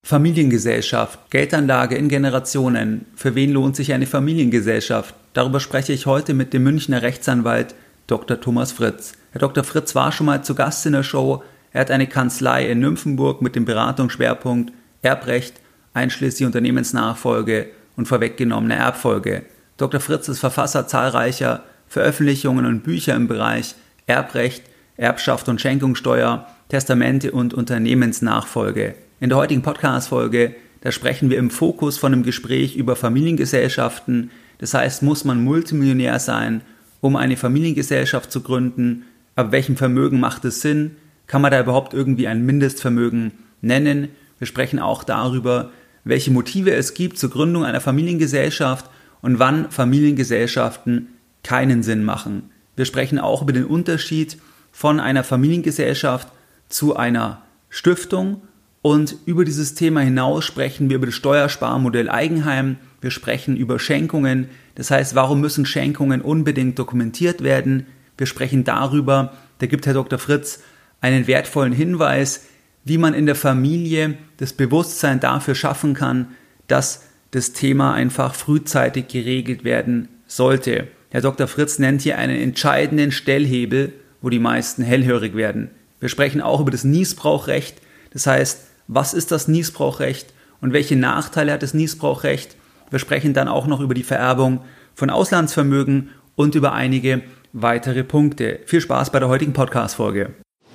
Familiengesellschaft, Geldanlage in Generationen. Für wen lohnt sich eine Familiengesellschaft? Darüber spreche ich heute mit dem Münchner Rechtsanwalt Dr. Thomas Fritz. Herr Dr. Fritz war schon mal zu Gast in der Show. Er hat eine Kanzlei in Nymphenburg mit dem Beratungsschwerpunkt Erbrecht, einschließlich Unternehmensnachfolge und vorweggenommene Erbfolge. Dr. Fritz ist Verfasser zahlreicher Veröffentlichungen und Bücher im Bereich Erbrecht, Erbschaft und Schenkungssteuer, Testamente und Unternehmensnachfolge. In der heutigen Podcast-Folge, da sprechen wir im Fokus von einem Gespräch über Familiengesellschaften. Das heißt, muss man Multimillionär sein, um eine Familiengesellschaft zu gründen? Ab welchem Vermögen macht es Sinn? Kann man da überhaupt irgendwie ein Mindestvermögen nennen? Wir sprechen auch darüber, welche Motive es gibt zur Gründung einer Familiengesellschaft und wann Familiengesellschaften keinen Sinn machen. Wir sprechen auch über den Unterschied von einer Familiengesellschaft zu einer Stiftung. Und über dieses Thema hinaus sprechen wir über das Steuersparmodell Eigenheim. Wir sprechen über Schenkungen. Das heißt, warum müssen Schenkungen unbedingt dokumentiert werden? Wir sprechen darüber, da gibt Herr Dr. Fritz einen wertvollen Hinweis, wie man in der Familie das Bewusstsein dafür schaffen kann, dass das Thema einfach frühzeitig geregelt werden sollte. Herr Dr. Fritz nennt hier einen entscheidenden Stellhebel, wo die meisten hellhörig werden. Wir sprechen auch über das Nießbrauchrecht. Das heißt, was ist das Nießbrauchrecht und welche Nachteile hat das Nießbrauchrecht? Wir sprechen dann auch noch über die Vererbung von Auslandsvermögen und über einige weitere Punkte. Viel Spaß bei der heutigen Podcast-Folge.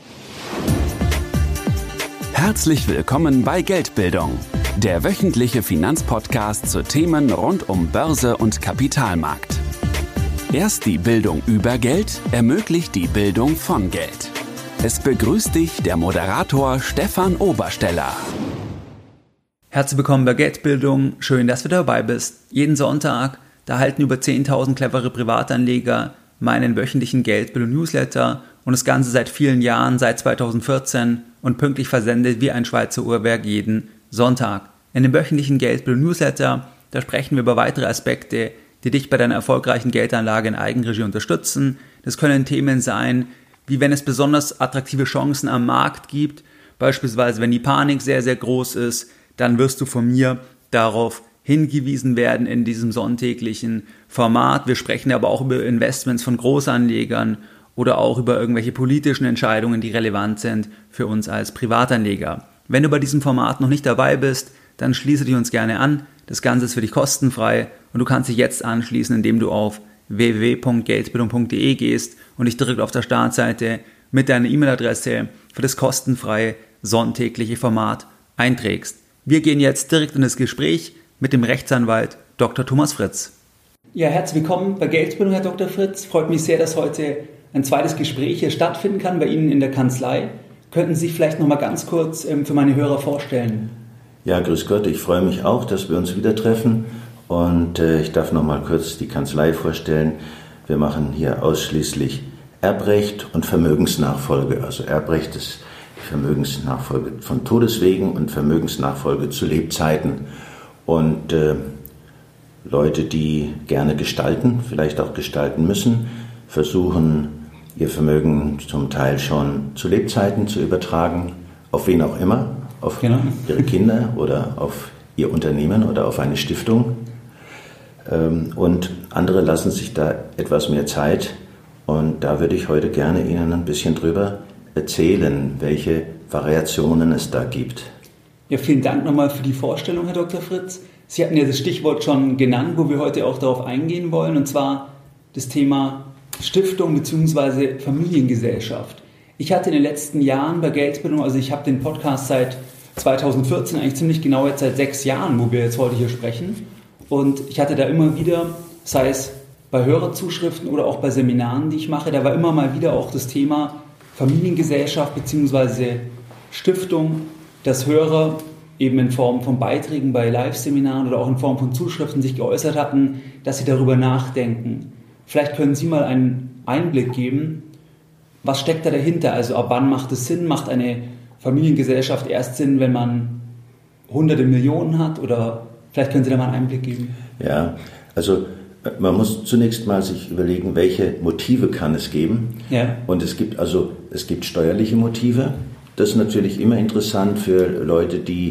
Herzlich willkommen bei Geldbildung, der wöchentliche Finanzpodcast zu Themen rund um Börse und Kapitalmarkt. Erst die Bildung über Geld ermöglicht die Bildung von Geld. Es begrüßt dich der Moderator Stefan Obersteller. Herzlich willkommen bei Geldbildung. Schön, dass du dabei bist. Jeden Sonntag, da erhalten über 10.000 clevere Privatanleger meinen wöchentlichen Geldbildung-Newsletter und das Ganze seit vielen Jahren, seit 2014 und pünktlich versendet wie ein Schweizer Uhrwerk jeden Sonntag. In dem wöchentlichen Geldbildung-Newsletter, da sprechen wir über weitere Aspekte, die dich bei deiner erfolgreichen Geldanlage in Eigenregie unterstützen. Das können Themen sein, wie wenn es besonders attraktive Chancen am Markt gibt, beispielsweise wenn die Panik sehr, sehr groß ist, dann wirst du von mir darauf hingewiesen werden in diesem sonntäglichen Format. Wir sprechen aber auch über Investments von Großanlegern oder auch über irgendwelche politischen Entscheidungen, die relevant sind für uns als Privatanleger. Wenn du bei diesem Format noch nicht dabei bist, dann schließe dich uns gerne an. Das Ganze ist für dich kostenfrei und du kannst dich jetzt anschließen, indem du auf www.geldbildung.de gehst und dich direkt auf der Startseite mit deiner E-Mail-Adresse für das kostenfreie sonntägliche Format einträgst. Wir gehen jetzt direkt in das Gespräch mit dem Rechtsanwalt Dr. Thomas Fritz. Ja, herzlich willkommen bei Geldbildung, Herr Dr. Fritz. Freut mich sehr, dass heute ein zweites Gespräch hier stattfinden kann bei Ihnen in der Kanzlei. Könnten Sie sich vielleicht noch mal ganz kurz für meine Hörer vorstellen? Ja, grüß Gott, ich freue mich auch, dass wir uns wieder treffen. Und ich darf noch mal kurz die Kanzlei vorstellen. Wir machen hier ausschließlich Erbrecht und Vermögensnachfolge. Also Erbrecht ist die Vermögensnachfolge von Todeswegen und Vermögensnachfolge zu Lebzeiten. Und Leute, die gerne gestalten, vielleicht auch gestalten müssen, versuchen ihr Vermögen zum Teil schon zu Lebzeiten zu übertragen, auf wen auch immer, auf ihre Kinder oder auf ihr Unternehmen oder auf eine Stiftung. Und andere lassen sich da etwas mehr Zeit und da würde ich heute gerne Ihnen ein bisschen drüber erzählen, welche Variationen es da gibt. Ja, vielen Dank nochmal für die Vorstellung, Herr Dr. Fritz. Sie hatten ja das Stichwort schon genannt, wo wir heute auch darauf eingehen wollen, und zwar das Thema Stiftung bzw. Familiengesellschaft. Ich hatte in den letzten Jahren bei Geldbildung, also ich habe den Podcast seit 2014, eigentlich ziemlich genau jetzt seit 6 Jahren, wo wir jetzt heute hier sprechen. Und ich hatte da immer wieder, sei es bei Hörerzuschriften oder auch bei Seminaren, die ich mache, da war immer mal wieder auch das Thema Familiengesellschaft bzw. Stiftung, dass Hörer eben in Form von Beiträgen bei Live-Seminaren oder auch in Form von Zuschriften sich geäußert hatten, dass sie darüber nachdenken. Vielleicht können Sie mal einen Einblick geben, was steckt da dahinter? Also ab wann macht es Sinn? Macht eine Familiengesellschaft erst Sinn, wenn man hunderte Millionen hat? Oder vielleicht können Sie da mal einen Einblick geben. Ja, also man muss zunächst mal sich überlegen, welche Motive kann es geben. Ja. Und es gibt steuerliche Motive. Das ist natürlich immer interessant für Leute, die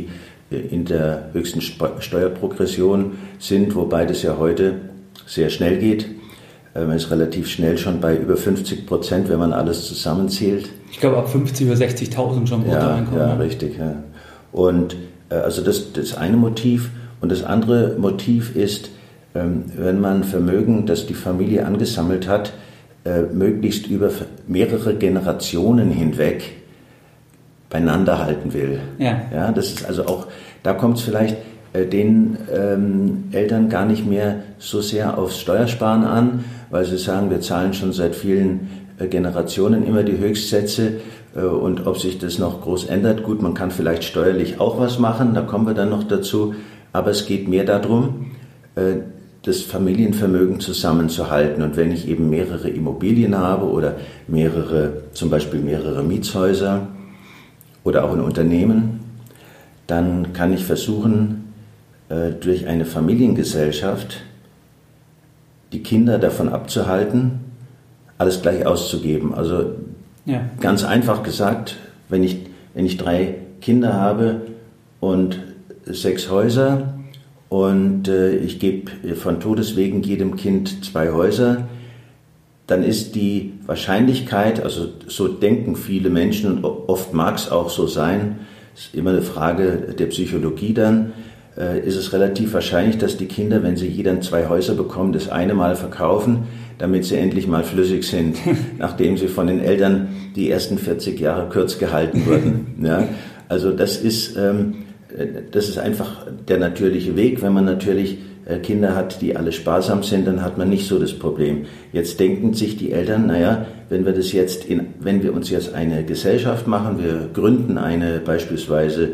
in der höchsten Steuerprogression sind, wobei das ja heute sehr schnell geht. Man ist relativ schnell schon bei über 50%, wenn man alles zusammenzählt. Ich glaube ab 50 oder 60.000 schon Bruttoeinkommen. Ja, richtig. Ja. Und also das eine Motiv. Und das andere Motiv ist, wenn man Vermögen, das die Familie angesammelt hat, möglichst über mehrere Generationen hinweg beieinander halten will. Ja, das ist also auch, da kommt es vielleicht den Eltern gar nicht mehr so sehr aufs Steuersparen an, weil sie sagen, wir zahlen schon seit vielen Generationen immer die Höchstsätze und ob sich das noch groß ändert, gut, man kann vielleicht steuerlich auch was machen, da kommen wir dann noch dazu, aber es geht mehr darum, das Familienvermögen zusammenzuhalten. Und wenn ich eben mehrere Immobilien habe oder zum Beispiel mehrere Mietshäuser oder auch ein Unternehmen, dann kann ich versuchen, durch eine Familiengesellschaft die Kinder davon abzuhalten, alles gleich auszugeben. Also ganz einfach gesagt, wenn ich 3 Kinder habe und 6 Häuser und ich gebe von Todeswegen jedem Kind 2 Häuser, dann ist die Wahrscheinlichkeit, also so denken viele Menschen und oft mag es auch so sein, ist immer eine Frage der Psychologie dann, ist es relativ wahrscheinlich, dass die Kinder, wenn sie jeder 2 Häuser bekommen, das eine Mal verkaufen, damit sie endlich mal flüssig sind, nachdem sie von den Eltern die ersten 40 Jahre kurz gehalten wurden. Ja? Also das ist einfach der natürliche Weg. Wenn man natürlich Kinder hat, die alle sparsam sind, dann hat man nicht so das Problem. Jetzt denken sich die Eltern, wenn wir uns jetzt eine Gesellschaft machen, wir gründen eine beispielsweise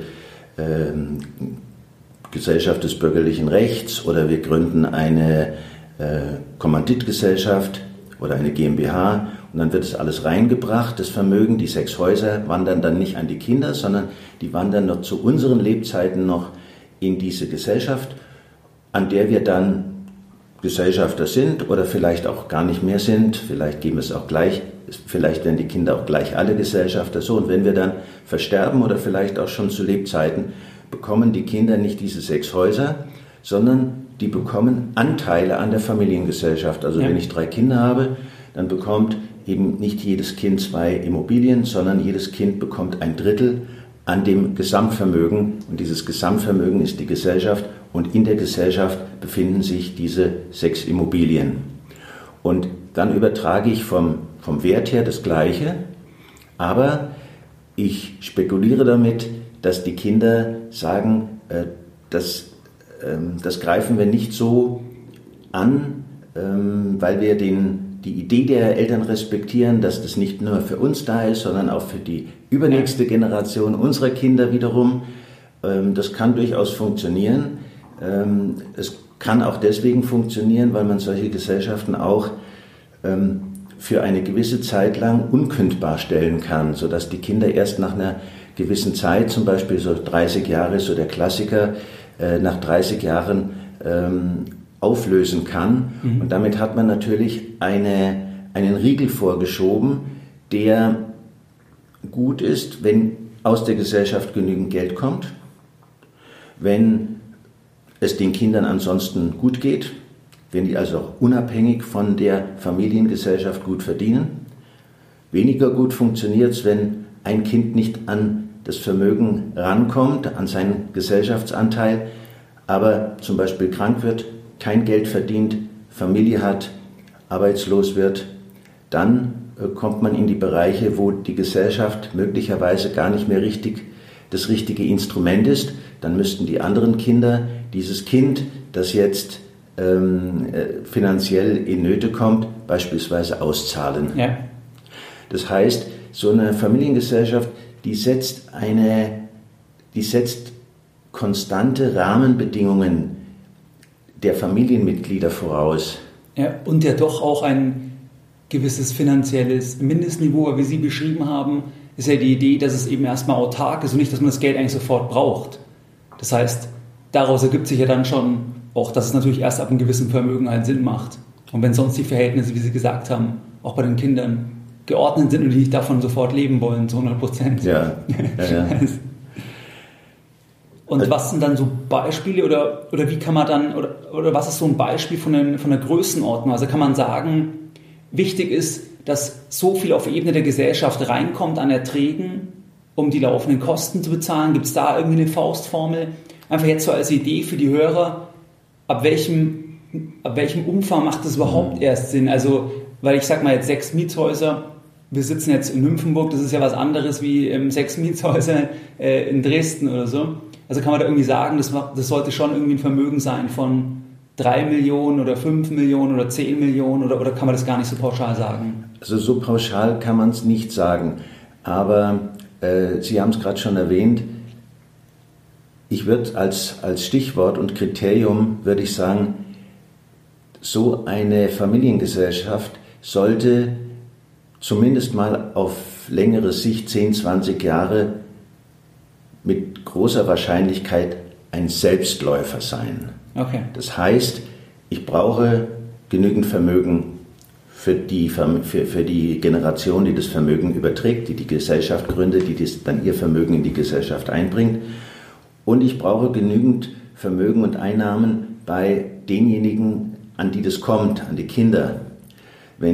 Gesellschaft des bürgerlichen Rechts oder wir gründen eine Kommanditgesellschaft oder eine GmbH und dann wird es alles reingebracht, das Vermögen, die 6 Häuser wandern dann nicht an die Kinder, sondern die wandern noch zu unseren Lebzeiten noch in diese Gesellschaft, an der wir dann Gesellschafter sind oder vielleicht auch gar nicht mehr sind, vielleicht geben wir es auch gleich, vielleicht werden die Kinder auch gleich alle Gesellschafter so und wenn wir dann versterben oder vielleicht auch schon zu Lebzeiten, bekommen die Kinder nicht diese 6 Häuser, sondern die bekommen Anteile an der Familiengesellschaft. Also wenn ich 3 Kinder habe, dann bekommt eben nicht jedes Kind 2 Immobilien, sondern jedes Kind bekommt 1/3 an dem Gesamtvermögen. Und dieses Gesamtvermögen ist die Gesellschaft und in der Gesellschaft befinden sich diese 6 Immobilien. Und dann übertrage ich vom Wert her das Gleiche, aber ich spekuliere damit, dass die Kinder sagen, das greifen wir nicht so an, weil wir die Idee der Eltern respektieren, dass das nicht nur für uns da ist, sondern auch für die übernächste Generation unserer Kinder wiederum. Das kann durchaus funktionieren. Es kann auch deswegen funktionieren, weil man solche Gesellschaften auch für eine gewisse Zeit lang unkündbar stellen kann, sodass die Kinder erst nach einer gewissen Zeit, zum Beispiel so 30 Jahre, so der Klassiker, nach 30 Jahren auflösen kann. Und damit hat man natürlich einen Riegel vorgeschoben, der gut ist, wenn aus der Gesellschaft genügend Geld kommt, wenn es den Kindern ansonsten gut geht, wenn die also auch unabhängig von der Familiengesellschaft gut verdienen. Weniger gut funktioniert es, wenn ein Kind nicht an das Vermögen rankommt, an seinen Gesellschaftsanteil, aber zum Beispiel krank wird, kein Geld verdient, Familie hat, arbeitslos wird, dann kommt man in die Bereiche, wo die Gesellschaft möglicherweise gar nicht mehr das richtige Instrument ist. Dann müssten die anderen Kinder dieses Kind, das jetzt finanziell in Nöte kommt, beispielsweise auszahlen. Ja. Das heißt, so eine Familiengesellschaft, die setzt konstante Rahmenbedingungen der Familienmitglieder voraus. Ja, und ja doch auch ein gewisses finanzielles Mindestniveau, wie Sie beschrieben haben, ist ja die Idee, dass es eben erstmal autark ist und nicht, dass man das Geld eigentlich sofort braucht. Das heißt, daraus ergibt sich ja dann schon auch, dass es natürlich erst ab einem gewissen Vermögen halt Sinn macht. Und wenn sonst die Verhältnisse, wie Sie gesagt haben, auch bei den Kindern geordnet sind und die nicht davon sofort leben wollen, zu 100%. Ja. Und was sind dann so Beispiele oder wie kann man dann, oder was ist so ein Beispiel von der Größenordnung? Also kann man sagen, wichtig ist, dass so viel auf Ebene der Gesellschaft reinkommt an Erträgen, um die laufenden Kosten zu bezahlen. Gibt es da irgendwie eine Faustformel? Einfach jetzt so als Idee für die Hörer, ab welchem Umfang macht das überhaupt erst Sinn? Also, weil ich sag mal jetzt 6 Mietshäuser, wir sitzen jetzt in Nymphenburg, das ist ja was anderes wie 6 Mietshäuser in Dresden oder so. Also kann man da irgendwie sagen, das sollte schon irgendwie ein Vermögen sein von 3 Millionen oder 5 Millionen oder 10 Millionen oder kann man das gar nicht so pauschal sagen? Also so pauschal kann man es nicht sagen. Aber Sie haben es gerade schon erwähnt, ich würde als Stichwort und Kriterium würde ich sagen, so eine Familiengesellschaft sollte zumindest mal auf längere Sicht 10, 20 Jahre mit großer Wahrscheinlichkeit ein Selbstläufer sein. Okay. Das heißt, ich brauche genügend Vermögen für die Generation, die das Vermögen überträgt, die Gesellschaft gründet, die dann ihr Vermögen in die Gesellschaft einbringt. Und ich brauche genügend Vermögen und Einnahmen bei denjenigen, an die das kommt, an die Kinder. Wenn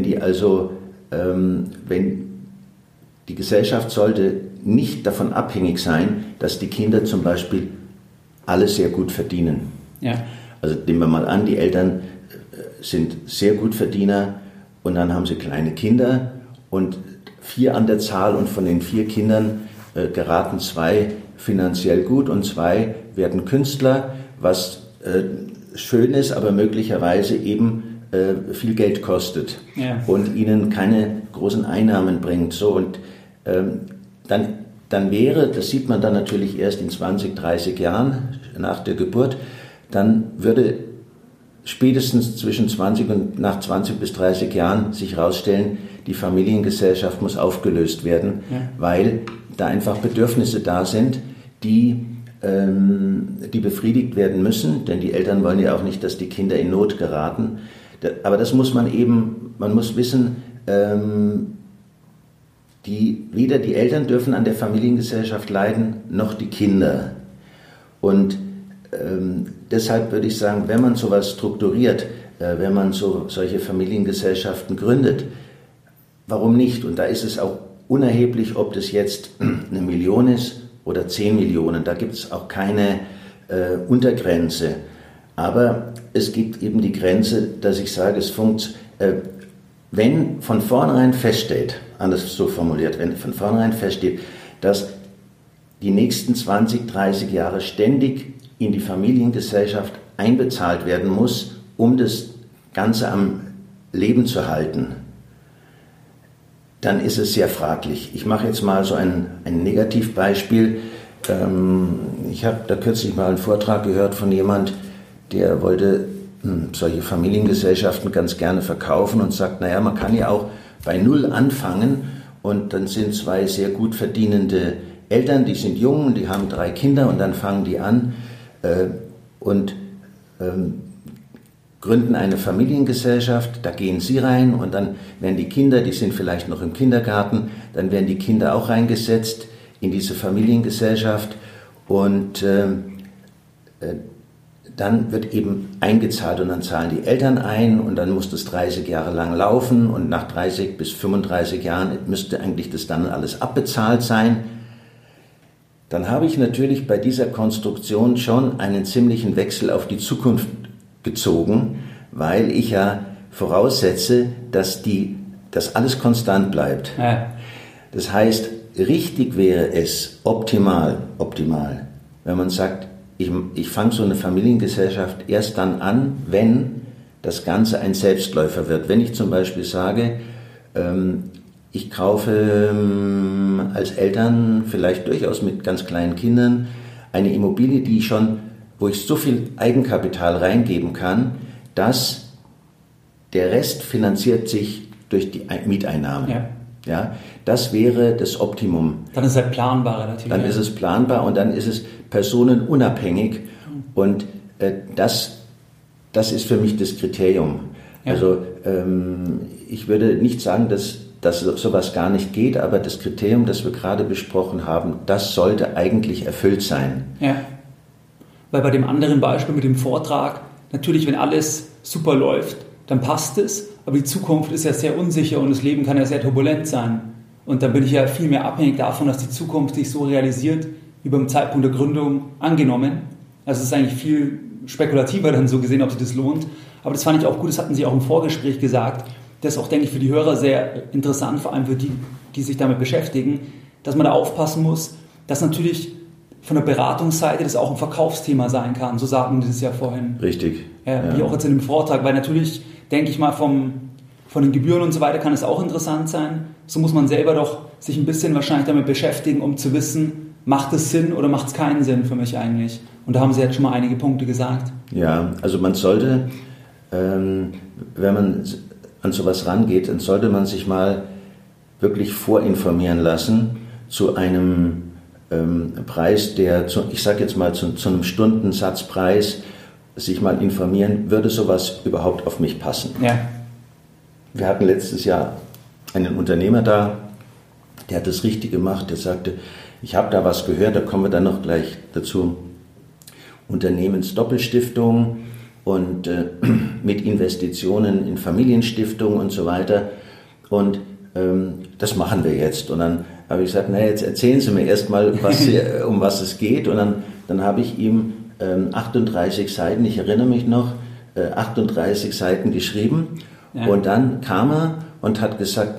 die Gesellschaft sollte nicht davon abhängig sein, dass die Kinder zum Beispiel alle sehr gut verdienen. Ja. Also nehmen wir mal an, die Eltern sind sehr gut Verdiener und dann haben sie kleine Kinder und 4 an der Zahl und von den 4 Kindern geraten 2 finanziell gut und 2 werden Künstler, was schön ist, aber möglicherweise eben viel Geld kostet und ihnen keine großen Einnahmen bringt. So, und dann wäre, das sieht man dann natürlich erst in 20, 30 Jahren nach der Geburt, dann würde spätestens zwischen 20 und nach 20 bis 30 Jahren sich herausstellen, die Familiengesellschaft muss aufgelöst werden, weil da einfach Bedürfnisse da sind, die befriedigt werden müssen, denn die Eltern wollen ja auch nicht, dass die Kinder in Not geraten. Aber das muss man muss wissen, weder die Eltern dürfen an der Familiengesellschaft leiden, noch die Kinder. Und deshalb würde ich sagen, wenn man sowas strukturiert, wenn man solche Familiengesellschaften gründet, warum nicht? Und da ist es auch unerheblich, ob das jetzt 1 Million ist oder 10 Millionen. Da gibt es auch keine Untergrenze. Aber es gibt eben die Grenze, dass ich sage, wenn von vornherein feststeht, anders so formuliert, wenn von vornherein feststeht, dass die nächsten 20, 30 Jahre ständig in die Familiengesellschaft einbezahlt werden muss, um das Ganze am Leben zu halten, dann ist es sehr fraglich. Ich mache jetzt mal so ein Negativbeispiel. Ich habe da kürzlich mal einen Vortrag gehört von jemand, der wollte solche Familiengesellschaften ganz gerne verkaufen und sagt, naja, man kann ja auch bei Null anfangen und dann sind 2 sehr gut verdienende Eltern, die sind jung, die haben 3 Kinder und dann fangen die an und gründen eine Familiengesellschaft, da gehen sie rein und dann werden die Kinder, die sind vielleicht noch im Kindergarten, dann werden die Kinder auch reingesetzt in diese Familiengesellschaft und dann wird eben eingezahlt und dann zahlen die Eltern ein und dann muss das 30 Jahre lang laufen und nach 30 bis 35 Jahren müsste eigentlich das dann alles abbezahlt sein. Dann habe ich natürlich bei dieser Konstruktion schon einen ziemlichen Wechsel auf die Zukunft gezogen, weil ich ja voraussetze, dass alles konstant bleibt. Ja. Das heißt, richtig wäre es optimal, wenn man sagt, ich fange so eine Familiengesellschaft erst dann an, wenn das Ganze ein Selbstläufer wird. Wenn ich zum Beispiel sage, ich kaufe als Eltern vielleicht durchaus mit ganz kleinen Kindern eine Immobilie, wo ich so viel Eigenkapital reingeben kann, dass der Rest finanziert sich durch die Mieteinnahmen. Ja, das wäre das Optimum. Dann ist es halt planbar natürlich. Dann ist es planbar und dann ist es personenunabhängig und das ist für mich das Kriterium. Ja. Also ich würde nicht sagen, dass sowas gar nicht geht, aber das Kriterium, das wir gerade besprochen haben, das sollte eigentlich erfüllt sein. Ja. Weil bei dem anderen Beispiel mit dem Vortrag, natürlich, wenn alles super läuft, dann passt es, aber die Zukunft ist ja sehr unsicher und das Leben kann ja sehr turbulent sein. Und dann bin ich ja viel mehr abhängig davon, dass die Zukunft sich so realisiert, wie beim Zeitpunkt der Gründung angenommen. Also es ist eigentlich viel spekulativer dann so gesehen, ob sich das lohnt. Aber das fand ich auch gut, das hatten Sie auch im Vorgespräch gesagt. Das ist auch, denke ich, für die Hörer sehr interessant, vor allem für die, die sich damit beschäftigen, dass man da aufpassen muss, dass natürlich von der Beratungsseite das auch ein Verkaufsthema sein kann. So sagten Sie das ja vorhin. Richtig. Wie auch jetzt in dem Vortrag, weil natürlich, denke ich mal, von den Gebühren und so weiter kann es auch interessant sein. So muss man selber doch sich ein bisschen wahrscheinlich damit beschäftigen, um zu wissen, macht es Sinn oder macht es keinen Sinn für mich eigentlich? Und da haben Sie jetzt schon mal einige Punkte gesagt. Ja, also man sollte, wenn man an sowas rangeht, dann sollte man sich mal wirklich vorinformieren lassen zu einem Preis, der, ich sage jetzt mal zu einem Stundensatzpreis, sich mal informieren, würde sowas überhaupt auf mich passen? Ja. Wir hatten letztes Jahr einen Unternehmer da, der hat das richtig gemacht, der sagte, ich habe da was gehört, da kommen wir dann noch gleich dazu, Unternehmensdoppelstiftung und mit Investitionen in Familienstiftungen und so weiter und das machen wir jetzt. Und dann habe ich gesagt, jetzt erzählen Sie mir erstmal, um was es geht. Und dann habe ich ihm 38 Seiten, ich erinnere mich noch, 38 Seiten geschrieben. Ja. Und dann kam er und hat gesagt,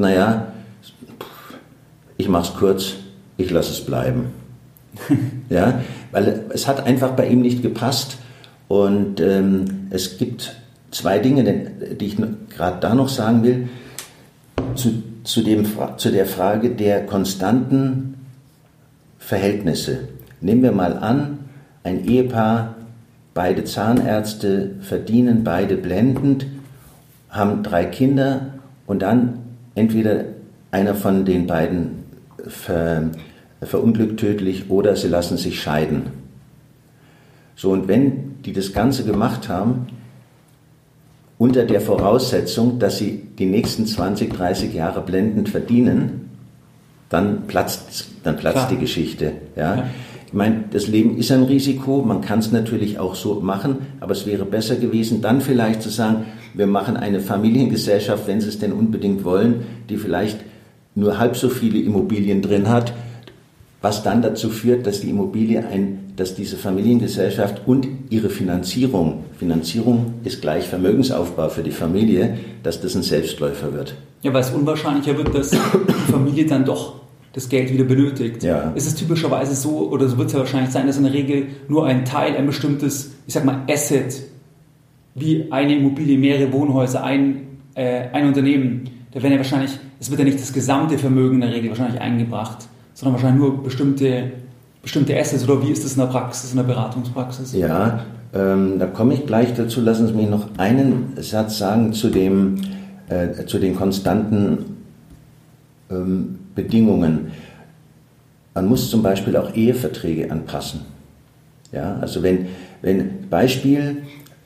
ich mache es kurz, ich lasse es bleiben. Ja, weil es hat einfach bei ihm nicht gepasst. Und es gibt zwei Dinge, die ich gerade da noch sagen will. Zu der Frage der konstanten Verhältnisse. Nehmen wir mal an, ein Ehepaar, beide Zahnärzte, verdienen beide blendend, haben 3 Kinder und dann entweder einer von den beiden verunglückt tödlich oder sie lassen sich scheiden. So, und wenn die das Ganze gemacht haben, unter der Voraussetzung, dass sie die nächsten 20, 30 Jahre blendend verdienen, dann platzt die Geschichte. Ja? Ich meine, das Leben ist ein Risiko, man kann es natürlich auch so machen, aber es wäre besser gewesen, dann vielleicht zu sagen, wir machen eine Familiengesellschaft, wenn sie es denn unbedingt wollen, die vielleicht nur halb so viele Immobilien drin hat, was dann dazu führt, dass die Immobilie dass diese Familiengesellschaft und ihre Finanzierung ist gleich Vermögensaufbau für die Familie, dass das ein Selbstläufer wird. Ja, weil es unwahrscheinlicher wird, dass die Familie dann doch das Geld wieder benötigt. Ja. Ist es typischerweise so, oder so wird es ja wahrscheinlich sein, dass in der Regel nur ein Teil, ein bestimmtes, ich sag mal, Asset, wie eine Immobilie, mehrere Wohnhäuser, ein Unternehmen, da werden ja wahrscheinlich, es wird ja nicht das gesamte Vermögen in der Regel wahrscheinlich eingebracht, sondern wahrscheinlich nur bestimmte Assets, oder wie ist das in der Praxis, in der Beratungspraxis? Ja, da komme ich gleich dazu. Lassen Sie mich noch einen Satz sagen zu den konstanten Bedingungen. Man muss zum Beispiel auch Eheverträge anpassen. Ja, also wenn Beispiel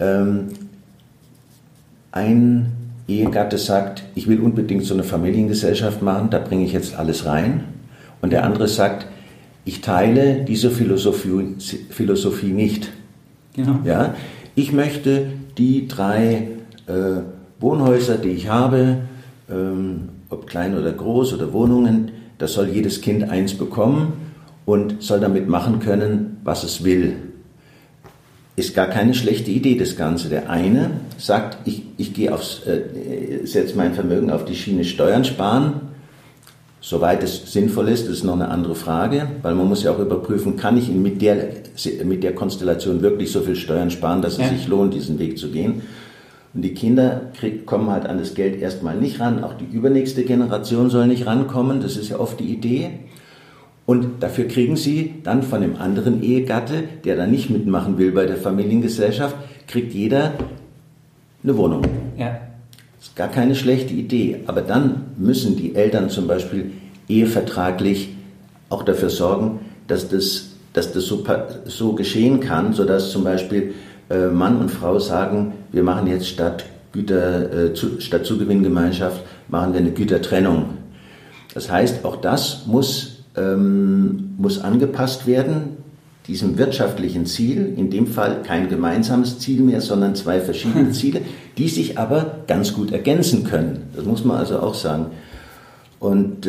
ein Ehegatte sagt, ich will unbedingt so eine Familiengesellschaft machen, da bringe ich jetzt alles rein. Und der andere sagt, ich teile diese Philosophie nicht. Genau. Ja, ich möchte die 3 Wohnhäuser, die ich habe, ob klein oder groß oder Wohnungen, da soll jedes Kind 1 bekommen und soll damit machen können, was es will. Ist gar keine schlechte Idee, das Ganze. Der eine sagt, ich setze mein Vermögen auf die Schiene Steuern sparen. Soweit es sinnvoll ist, das ist noch eine andere Frage, weil man muss ja auch überprüfen, kann ich mit der Konstellation wirklich so viel Steuern sparen, dass es sich lohnt, diesen Weg zu gehen. Und die Kinder kommen halt an das Geld erstmal nicht ran, auch die übernächste Generation soll nicht rankommen, das ist ja oft die Idee. Und dafür kriegen sie dann von dem anderen Ehegatte, der da nicht mitmachen will bei der Familiengesellschaft, kriegt jeder eine Wohnung. Ja. Das ist gar keine schlechte Idee, aber dann müssen die Eltern zum Beispiel ehevertraglich auch dafür sorgen, dass das so geschehen kann, sodass zum Beispiel Mann und Frau sagen, wir machen jetzt statt Zugewinngemeinschaft, machen wir eine Gütertrennung. Das heißt, auch das muss angepasst werden, diesem wirtschaftlichen Ziel, in dem Fall kein gemeinsames Ziel mehr, sondern zwei verschiedene Ziele, die sich aber ganz gut ergänzen können. Das muss man also auch sagen. Und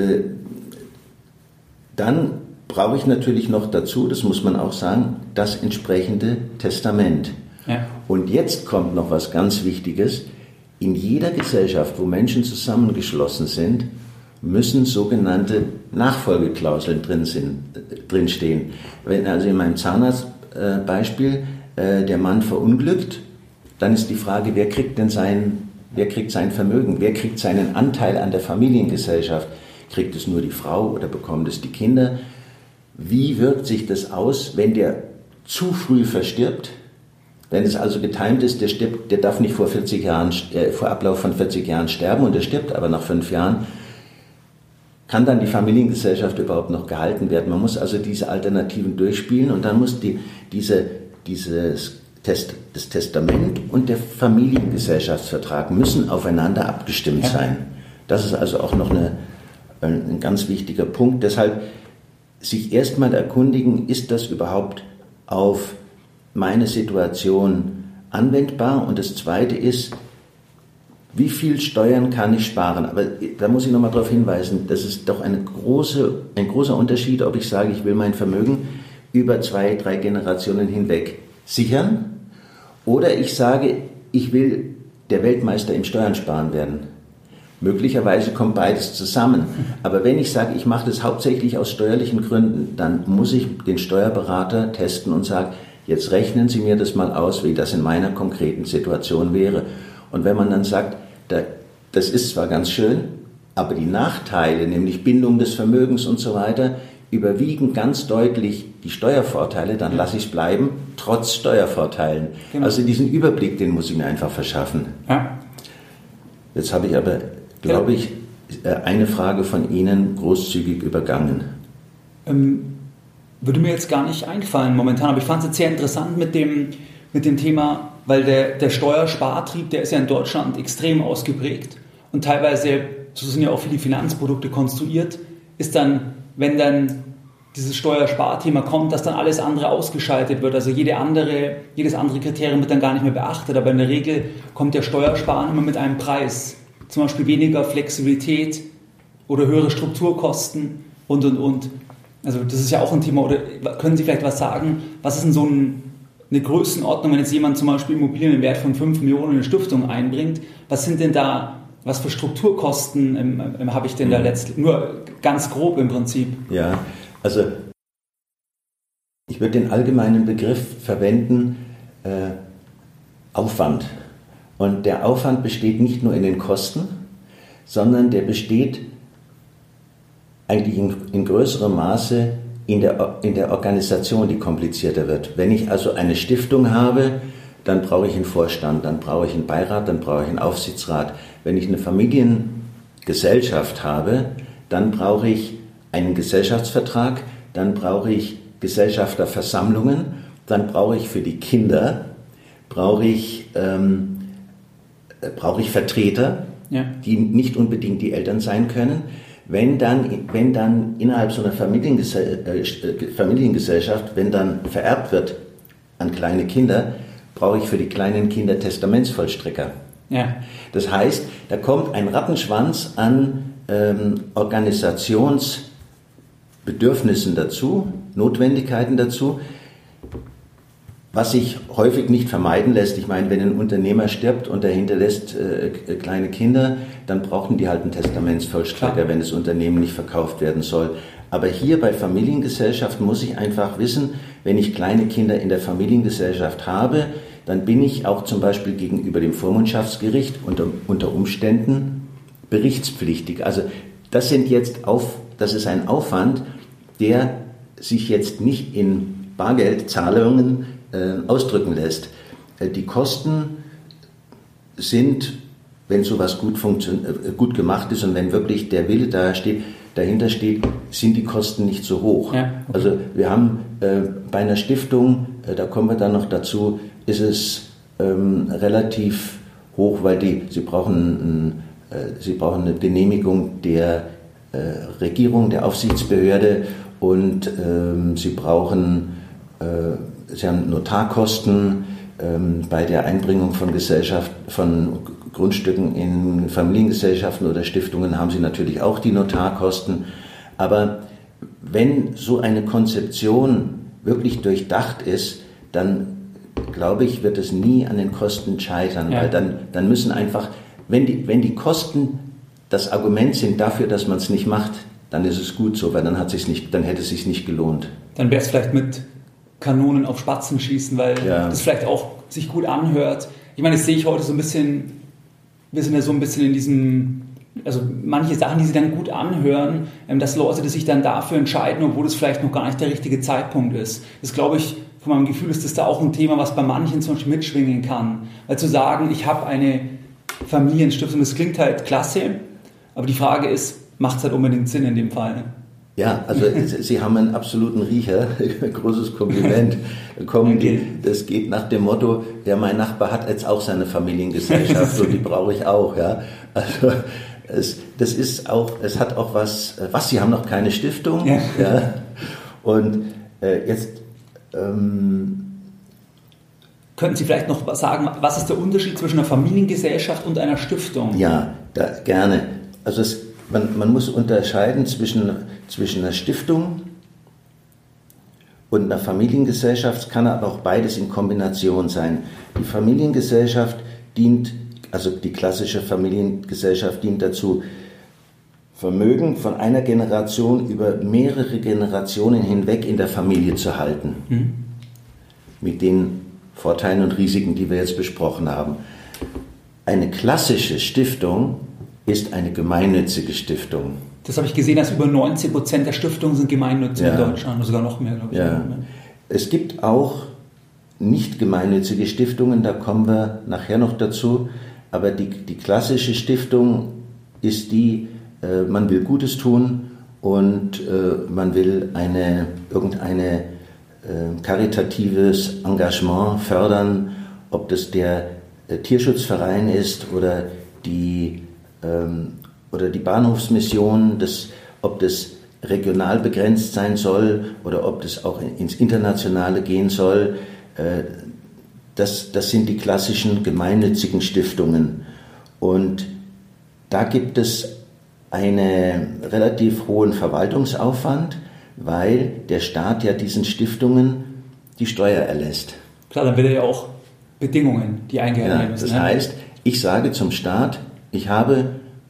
dann brauche ich natürlich noch dazu, das muss man auch sagen, das entsprechende Testament. Ja. Und jetzt kommt noch was ganz Wichtiges. In jeder Gesellschaft, wo Menschen zusammengeschlossen sind, müssen sogenannte Nachfolgeklauseln drinstehen. Wenn also in meinem Zahnarztbeispiel der Mann verunglückt, dann ist die Frage, wer kriegt sein Vermögen, wer kriegt seinen Anteil an der Familiengesellschaft? Kriegt es nur die Frau oder bekommen es die Kinder? Wie wirkt sich das aus, wenn der zu früh verstirbt? Wenn es also getimt ist, der darf nicht vor Ablauf von 40 Jahren sterben und der stirbt aber nach 5 Jahren, kann dann die Familiengesellschaft überhaupt noch gehalten werden? Man muss also diese Alternativen durchspielen und dann muss das Testament und der Familiengesellschaftsvertrag müssen aufeinander abgestimmt sein. Das ist also auch noch ein ganz wichtiger Punkt. Deshalb sich erstmal erkundigen, ist das überhaupt auf meine Situation anwendbar? Und das Zweite ist, wie viel Steuern kann ich sparen? Aber da muss ich nochmal darauf hinweisen, das ist doch ein großer Unterschied, ob ich sage, ich will mein Vermögen über 2, 3 Generationen hinweg sichern oder ich sage, ich will der Weltmeister im Steuern sparen werden. Möglicherweise kommt beides zusammen. Aber wenn ich sage, ich mache das hauptsächlich aus steuerlichen Gründen, dann muss ich den Steuerberater testen und sagen, jetzt rechnen Sie mir das mal aus, wie das in meiner konkreten Situation wäre. Und wenn man dann sagt, das ist zwar ganz schön, aber die Nachteile, nämlich Bindung des Vermögens und so weiter, überwiegen ganz deutlich die Steuervorteile, dann lasse ich es bleiben, trotz Steuervorteilen. Genau. Also diesen Überblick, den muss ich mir einfach verschaffen. Ja. Jetzt habe ich aber, glaube ich, eine Frage von Ihnen großzügig übergangen. Würde mir jetzt gar nicht einfallen momentan, aber ich fand es jetzt sehr interessant mit dem Thema, weil der Steuerspartrieb, der ist ja in Deutschland extrem ausgeprägt und teilweise, so sind ja auch viele Finanzprodukte konstruiert, ist dann, wenn dann dieses Steuersparthema kommt, dass dann alles andere ausgeschaltet wird, also jedes andere Kriterium wird dann gar nicht mehr beachtet, aber in der Regel kommt der Steuersparen immer mit einem Preis, zum Beispiel weniger Flexibilität oder höhere Strukturkosten und. Also das ist ja auch ein Thema, oder können Sie vielleicht was sagen, was ist denn so eine Größenordnung, wenn jetzt jemand zum Beispiel Immobilien im Wert von 5 Millionen in eine Stiftung einbringt, was sind denn da, was für Strukturkosten habe ich denn da letztlich, nur ganz grob im Prinzip? Ja, also ich würde den allgemeinen Begriff verwenden, Aufwand. Und der Aufwand besteht nicht nur in den Kosten, sondern der besteht eigentlich in größerem Maße in der Organisation, die komplizierter wird. Wenn ich also eine Stiftung habe, dann brauche ich einen Vorstand, dann brauche ich einen Beirat, dann brauche ich einen Aufsichtsrat. Wenn ich eine Familiengesellschaft habe, dann brauche ich einen Gesellschaftsvertrag, dann brauche ich Gesellschafterversammlungen, dann brauche ich für die Kinder Vertreter, die nicht unbedingt die Eltern sein können. Wenn dann innerhalb so einer Familiengesellschaft, wenn dann vererbt wird an kleine Kinder, brauche ich für die kleinen Kinder Testamentsvollstrecker. Ja. Das heißt, da kommt ein Rattenschwanz an Organisationsbedürfnissen dazu, Notwendigkeiten dazu, was sich häufig nicht vermeiden lässt. Ich meine, wenn ein Unternehmer stirbt und er hinterlässt kleine Kinder, dann brauchen die halt einen Testamentsvollstrecker, wenn das Unternehmen nicht verkauft werden soll. Aber hier bei Familiengesellschaften muss ich einfach wissen, wenn ich kleine Kinder in der Familiengesellschaft habe, dann bin ich auch zum Beispiel gegenüber dem Vormundschaftsgericht unter Umständen berichtspflichtig. Also das ist ein Aufwand, der sich jetzt nicht in Bargeldzahlungen ausdrücken lässt. Die Kosten sind, wenn sowas gut gemacht ist und wenn wirklich der Wille dahinter steht, sind die Kosten nicht so hoch. Ja, okay. Also wir haben bei einer Stiftung, da kommen wir dann noch dazu, ist es relativ hoch, weil sie brauchen eine Genehmigung der Regierung, der Aufsichtsbehörde und sie brauchen Sie haben Notarkosten bei der Einbringung von Grundstücken in Familiengesellschaften oder Stiftungen haben Sie natürlich auch die Notarkosten. Aber wenn so eine Konzeption wirklich durchdacht ist, dann glaube ich, wird es nie an den Kosten scheitern, weil dann müssen einfach, wenn die Kosten das Argument sind dafür, dass man es nicht macht, dann ist es gut so, weil dann hätte es sich nicht gelohnt. Dann wäre es vielleicht mit Kanonen auf Spatzen schießen, weil das vielleicht auch sich gut anhört. Ich meine, das sehe ich heute so ein bisschen, wir sind ja so ein bisschen in diesem, also manche Sachen, die sie dann gut anhören, dass Leute sich dann dafür entscheiden, obwohl das vielleicht noch gar nicht der richtige Zeitpunkt ist. Das glaube ich, von meinem Gefühl ist das da auch ein Thema, was bei manchen zum Beispiel mitschwingen kann. Weil zu sagen, ich habe eine Familienstiftung, das klingt halt klasse, aber die Frage ist, macht es halt unbedingt Sinn in dem Fall? Ne? Ja, also Sie haben einen absoluten Riecher, großes Kompliment. Das geht nach dem Motto, ja, mein Nachbar hat jetzt auch seine Familiengesellschaft und die brauche ich auch. Ja, also das ist auch, es hat auch was. Sie haben noch keine Stiftung, ja. Und jetzt könnten Sie vielleicht noch sagen, was ist der Unterschied zwischen einer Familiengesellschaft und einer Stiftung? Ja, gerne. Also man muss unterscheiden zwischen einer Stiftung und einer Familiengesellschaft. Es kann aber auch beides in Kombination sein. Die Familiengesellschaft also die klassische Familiengesellschaft dient dazu, Vermögen von einer Generation über mehrere Generationen hinweg in der Familie zu halten. Mit den Vorteilen und Risiken, die wir jetzt besprochen haben. Eine klassische Stiftung ist eine gemeinnützige Stiftung. Das habe ich gesehen, dass über 90% der Stiftungen sind gemeinnützig in Deutschland, oder sogar noch mehr, glaube ich. Ja. Es gibt auch nicht gemeinnützige Stiftungen, da kommen wir nachher noch dazu, aber die klassische Stiftung ist die, man will Gutes tun und man will irgendeine karitatives Engagement fördern, ob das der Tierschutzverein ist oder die Bahnhofsmission, ob das regional begrenzt sein soll oder ob das auch ins Internationale gehen soll. Das sind die klassischen gemeinnützigen Stiftungen. Und da gibt es einen relativ hohen Verwaltungsaufwand, weil der Staat ja diesen Stiftungen die Steuer erlässt. Klar, dann will er ja auch Bedingungen, die eingehalten werden müssen. Das heißt, ich sage zum Staat, ich habe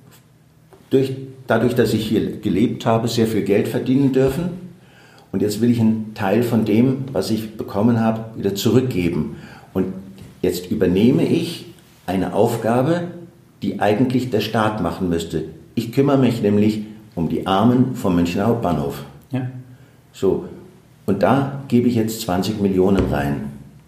dadurch, dass ich hier gelebt habe, sehr viel Geld verdienen dürfen und jetzt will ich einen Teil von dem, was ich bekommen habe, wieder zurückgeben. Und jetzt übernehme ich eine Aufgabe, die eigentlich der Staat machen müsste. Ich kümmere mich nämlich um die Armen vom Münchner Hauptbahnhof. Ja. So, und da gebe ich jetzt 20 Millionen rein,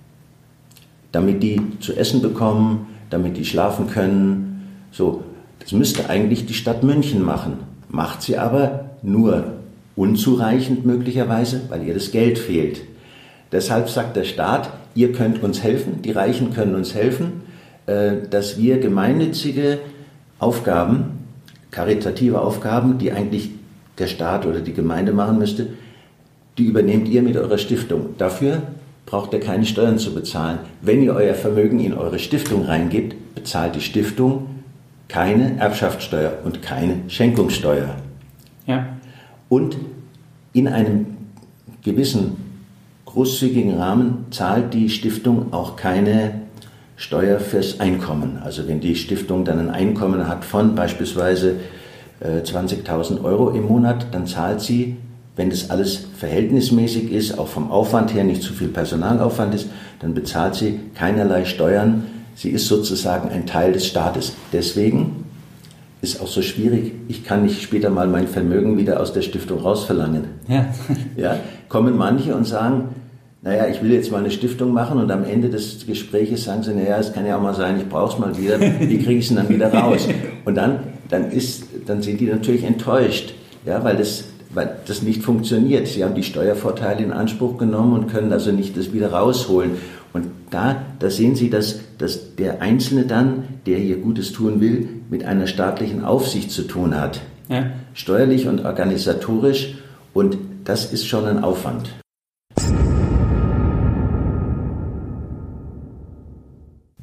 damit die zu essen bekommen, damit die schlafen können. So, das müsste eigentlich die Stadt München machen, macht sie aber nur unzureichend möglicherweise, weil ihr das Geld fehlt. Deshalb sagt der Staat, ihr könnt uns helfen, die Reichen können uns helfen, dass wir gemeinnützige Aufgaben, karitative Aufgaben, die eigentlich der Staat oder die Gemeinde machen müsste, die übernehmt ihr mit eurer Stiftung. Dafür braucht ihr keine Steuern zu bezahlen. Wenn ihr euer Vermögen in eure Stiftung reingebt, bezahlt die Stiftung keine Erbschaftssteuer und keine Schenkungssteuer. Ja. Und in einem gewissen großzügigen Rahmen zahlt die Stiftung auch keine Steuer fürs Einkommen. Also wenn die Stiftung dann ein Einkommen hat von beispielsweise 20.000 Euro im Monat, dann zahlt sie, wenn das alles verhältnismäßig ist, auch vom Aufwand her nicht zu viel Personalaufwand ist, dann bezahlt sie keinerlei Steuern. Sie ist sozusagen ein Teil des Staates. Deswegen ist auch so schwierig, ich kann nicht später mal mein Vermögen wieder aus der Stiftung rausverlangen. Ja. Ja, kommen manche und sagen, naja, ich will jetzt mal eine Stiftung machen und am Ende des Gespräches sagen sie, naja, es kann ja auch mal sein, ich brauche es mal wieder, wie kriege ich es denn dann wieder raus? Und dann sind die natürlich enttäuscht, ja, weil das nicht funktioniert. Sie haben die Steuervorteile in Anspruch genommen und können also nicht das wieder rausholen. Und da sehen Sie, dass der Einzelne dann, der hier Gutes tun will, mit einer staatlichen Aufsicht zu tun hat. Ja. Steuerlich und organisatorisch. Und das ist schon ein Aufwand.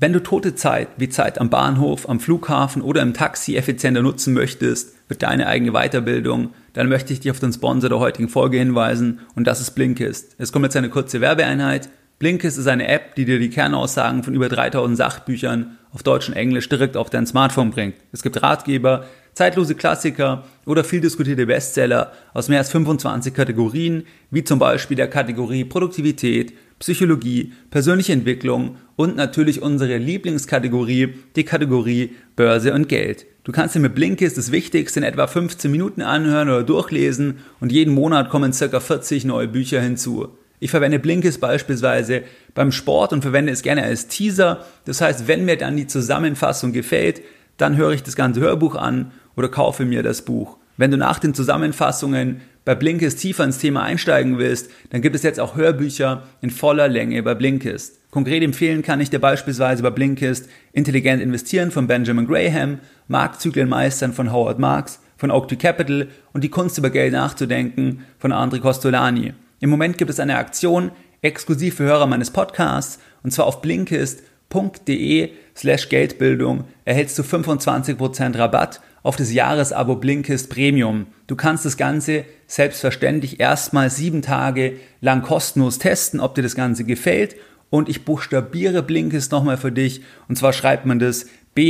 Wenn du tote Zeit wie Zeit am Bahnhof, am Flughafen oder im Taxi effizienter nutzen möchtest für deine eigene Weiterbildung, dann möchte ich dich auf den Sponsor der heutigen Folge hinweisen und das ist Blinkist. Es kommt jetzt eine kurze Werbeeinheit. Blinkist ist eine App, die dir die Kernaussagen von über 3000 Sachbüchern auf Deutsch und Englisch direkt auf dein Smartphone bringt. Es gibt Ratgeber, zeitlose Klassiker oder viel diskutierte Bestseller aus mehr als 25 Kategorien, wie zum Beispiel der Kategorie Produktivität, Psychologie, persönliche Entwicklung und natürlich unsere Lieblingskategorie, die Kategorie Börse und Geld. Du kannst dir mit Blinkist das Wichtigste in etwa 15 Minuten anhören oder durchlesen und jeden Monat kommen ca. 40 neue Bücher hinzu. Ich verwende Blinkist beispielsweise beim Sport und verwende es gerne als Teaser. Das heißt, wenn mir dann die Zusammenfassung gefällt, dann höre ich das ganze Hörbuch an oder kaufe mir das Buch. Wenn du nach den Zusammenfassungen bei Blinkist tiefer ins Thema einsteigen willst, dann gibt es jetzt auch Hörbücher in voller Länge bei Blinkist. Konkret empfehlen kann ich dir beispielsweise bei Blinkist Intelligent investieren von Benjamin Graham, Marktzyklen meistern von Howard Marks, von Oak Tree Capital und die Kunst über Geld nachzudenken von André Costolani. Im Moment gibt es eine Aktion exklusiv für Hörer meines Podcasts und zwar auf blinkist.de/Geldbildung erhältst du 25% Rabatt auf das Jahresabo Blinkist Premium. Du kannst das Ganze selbstverständlich erstmal 7 Tage lang kostenlos testen, ob dir das Ganze gefällt. Und ich buchstabiere Blinkist nochmal für dich. Und zwar schreibt man das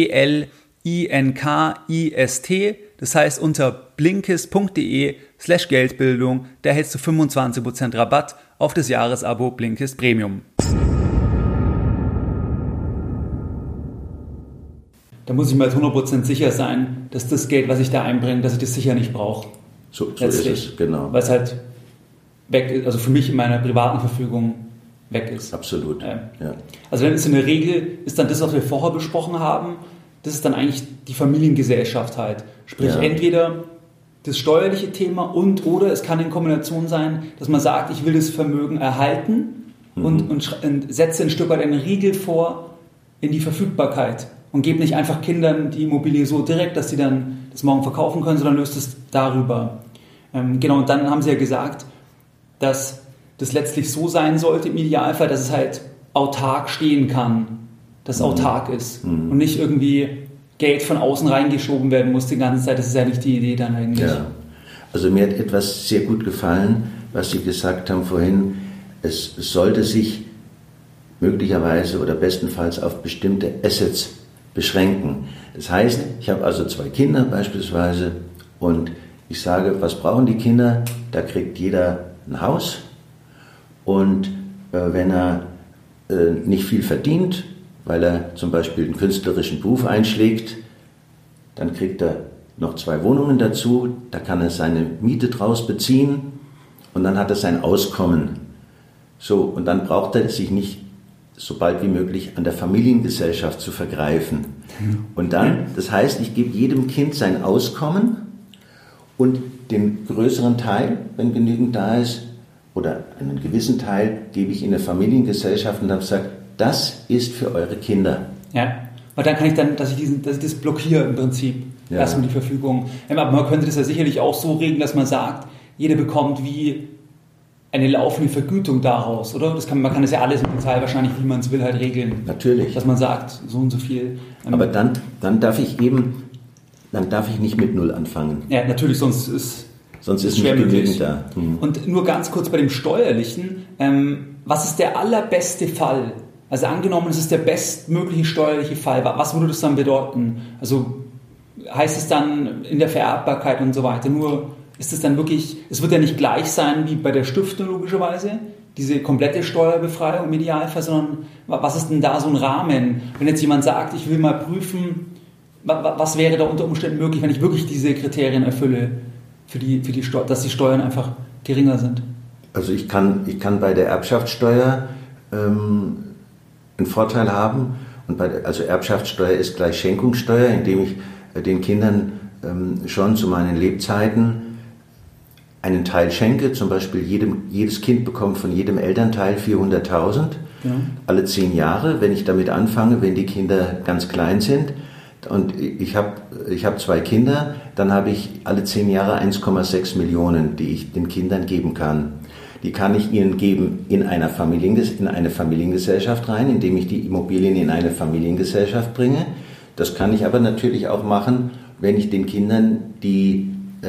BLINKIST. Das heißt unter blinkist.de/Geldbildung, da erhältst du 25% Rabatt auf das Jahresabo Blinkist Premium. Da muss ich mir 100% sicher sein, dass das Geld, was ich da einbringe, dass ich das sicher nicht brauche. So ist es, genau. Weil es halt weg ist, also für mich in meiner privaten Verfügung weg ist. Absolut, ja. Also dann ist in der Regel, ist dann das, was wir vorher besprochen haben, das ist dann eigentlich die Familiengesellschaft halt. Sprich, entweder das steuerliche Thema oder es kann in Kombination sein, dass man sagt, ich will das Vermögen erhalten und setze ein Stück weit einen Riegel vor in die Verfügbarkeit. Und gebe nicht einfach Kindern die Immobilie so direkt, dass sie dann das morgen verkaufen können, sondern löst es darüber. Genau, und dann haben sie ja gesagt, dass das letztlich so sein sollte im Idealfall, dass es halt autark stehen kann, dass es autark ist und nicht irgendwie Geld von außen reingeschoben werden muss die ganze Zeit. Das ist ja nicht die Idee dann eigentlich. Ja, also mir hat etwas sehr gut gefallen, was Sie gesagt haben vorhin. Es sollte sich möglicherweise oder bestenfalls auf bestimmte Assets beschränken. Das heißt, ich habe also 2 Kinder beispielsweise und ich sage, was brauchen die Kinder? Da kriegt jeder ein Haus und wenn er nicht viel verdient, weil er zum Beispiel einen künstlerischen Beruf einschlägt, dann kriegt er noch 2 Wohnungen dazu, da kann er seine Miete draus beziehen und dann hat er sein Auskommen. So, und dann braucht er sich nicht so bald wie möglich an der Familiengesellschaft zu vergreifen. Und dann, das heißt, ich gebe jedem Kind sein Auskommen und den größeren Teil, wenn genügend da ist, oder einen gewissen Teil gebe ich in der Familiengesellschaft und habe gesagt, das ist für eure Kinder. Ja, weil dann kann ich dann, dass ich das blockiere im Prinzip, erstmal die Verfügung. Aber man könnte das ja sicherlich auch so regeln, dass man sagt, jeder bekommt wie eine laufende Vergütung daraus, oder? Man kann das ja alles im Detail wahrscheinlich, wie man es will, halt regeln. Natürlich. Dass man sagt, so und so viel. Aber dann darf ich nicht mit Null anfangen. Ja, natürlich, sonst ist nicht genügend da. Und nur ganz kurz bei dem Steuerlichen, was ist der allerbeste Fall? Also angenommen, es ist der bestmögliche steuerliche Fall. Was würde das dann bedeuten? Also heißt es dann in der Vererbbarkeit und so weiter nur... Ist es dann wirklich, es wird ja nicht gleich sein wie bei der Stiftung logischerweise, diese komplette Steuerbefreiung im Idealfall, sondern was ist denn da so ein Rahmen? Wenn jetzt jemand sagt, ich will mal prüfen, was wäre da unter Umständen möglich, wenn ich wirklich diese Kriterien erfülle, für die dass die Steuern einfach geringer sind? Also ich kann bei der Erbschaftssteuer einen Vorteil haben. Also Erbschaftssteuer ist gleich Schenkungssteuer, indem ich den Kindern schon zu meinen Lebzeiten einen Teil schenke, zum Beispiel jedes Kind bekommt von jedem Elternteil 400.000, alle 10 Jahre, wenn ich damit anfange, wenn die Kinder ganz klein sind. Und ich hab 2 Kinder, dann habe ich alle 10 Jahre 1,6 Millionen, die ich den Kindern geben kann. Die kann ich Ihnen geben in eine Familiengesellschaft rein, indem ich die Immobilien in eine Familiengesellschaft bringe. Das kann ich aber natürlich auch machen, wenn ich den Kindern die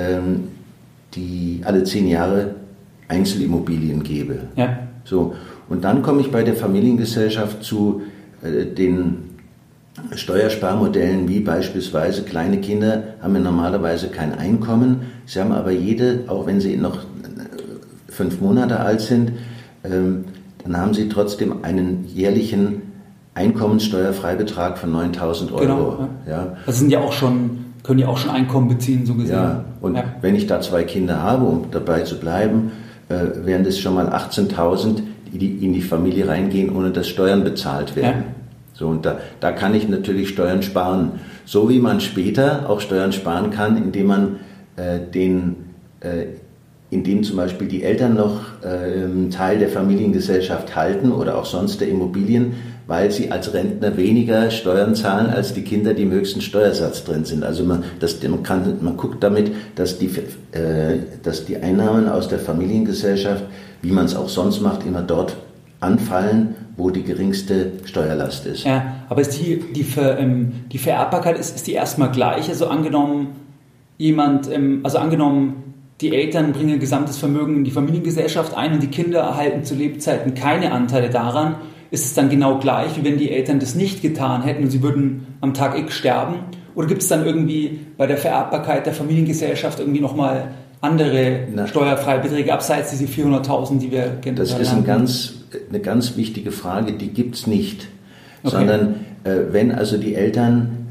alle 10 Jahre Einzelimmobilien gebe. Ja. So. Und dann komme ich bei der Familiengesellschaft zu den Steuersparmodellen, wie beispielsweise kleine Kinder haben ja normalerweise kein Einkommen. Sie haben aber auch wenn sie noch 5 Monate alt sind, dann haben sie trotzdem einen jährlichen Einkommenssteuerfreibetrag von 9.000 Euro. Genau, ja. Das können ja auch schon Einkommen beziehen, so gesehen. Ja, und wenn ich da 2 Kinder habe, um dabei zu bleiben, wären das schon mal 18.000, die in die Familie reingehen, ohne dass Steuern bezahlt werden. Ja. So, und da kann ich natürlich Steuern sparen. So wie man später auch Steuern sparen kann, indem man indem zum Beispiel die Eltern noch Teil der Familiengesellschaft halten oder auch sonst der Immobilien, weil sie als Rentner weniger Steuern zahlen als die Kinder, die im höchsten Steuersatz drin sind. Also man guckt damit, dass die Einnahmen aus der Familiengesellschaft, wie man es auch sonst macht, immer dort anfallen, wo die geringste Steuerlast ist. Ja, aber ist die Vererbbarkeit ist die erstmal gleich? Also angenommen die Eltern bringen gesamtes Vermögen in die Familiengesellschaft ein und die Kinder erhalten zu Lebzeiten keine Anteile daran. Ist es dann genau gleich, wie wenn die Eltern das nicht getan hätten und sie würden am Tag X sterben? Oder gibt es dann irgendwie bei der Vererbbarkeit der Familiengesellschaft irgendwie nochmal andere Steuerfreibeträge abseits diese 400.000, die wir kennen? Das ist eine ganz wichtige Frage, die gibt es nicht. Okay. Sondern wenn also die Eltern,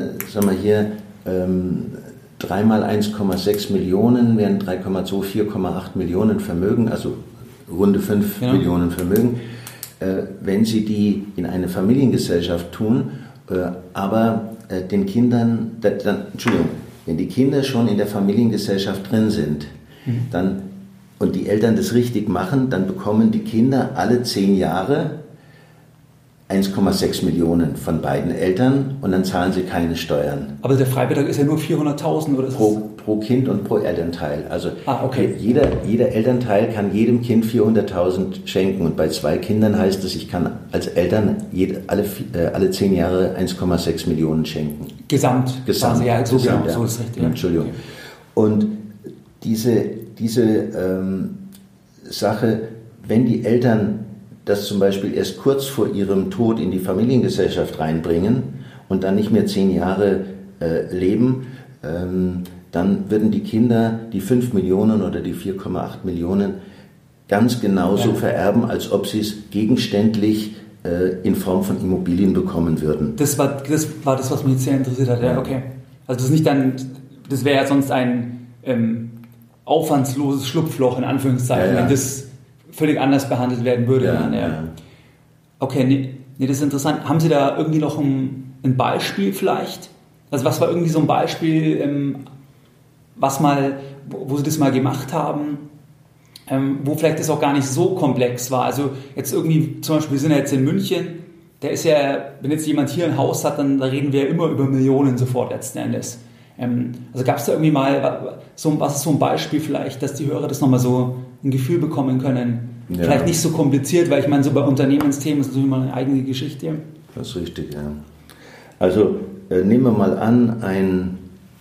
3 mal 1,6 Millionen wären 3,2, 4,8 Millionen Vermögen, also runde 5 Millionen Vermögen, wenn sie die in eine Familiengesellschaft tun, aber den Kindern, wenn die Kinder schon in der Familiengesellschaft drin sind, und die Eltern das richtig machen, dann bekommen die Kinder alle 10 Jahre 1,6 Millionen von beiden Eltern und dann zahlen sie keine Steuern. Aber der Freibetrag ist ja nur 400.000 oder so? Pro Kind und pro Elternteil. Also jeder Elternteil kann jedem Kind 400.000 schenken und bei 2 Kindern heißt es, ich kann als Eltern alle 10 Jahre 1,6 Millionen schenken. Gesamt. Ja, so Gesamt, so ist richtig. Ja. Entschuldigung. Und diese Sache, wenn die Eltern das zum Beispiel erst kurz vor ihrem Tod in die Familiengesellschaft reinbringen und dann nicht mehr 10 Jahre leben, dann würden die Kinder die 5 Millionen oder die 4,8 Millionen ganz genauso vererben, als ob sie es gegenständlich in Form von Immobilien bekommen würden. Das war das, was mich sehr interessiert hat. Ja, okay. Also das wäre ja sonst ein aufwandsloses Schlupfloch in Anführungszeichen, wenn das völlig anders behandelt werden würde. Ja. Okay, nee, das ist interessant. Haben Sie da irgendwie noch ein Beispiel vielleicht? Also was war irgendwie so ein Beispiel, wo Sie das mal gemacht haben, wo vielleicht das auch gar nicht so komplex war? Also jetzt irgendwie, zum Beispiel, wir sind ja jetzt in München, wenn jetzt jemand hier ein Haus hat, dann da reden wir ja immer über Millionen sofort letzten Endes. Also gab es da irgendwie mal, was ist so ein Beispiel vielleicht, dass die Hörer das nochmal so ein Gefühl bekommen können? Ja. Vielleicht nicht so kompliziert, weil ich meine, so bei Unternehmensthemen ist natürlich immer eine eigene Geschichte. Das ist richtig, ja. Also nehmen wir mal an,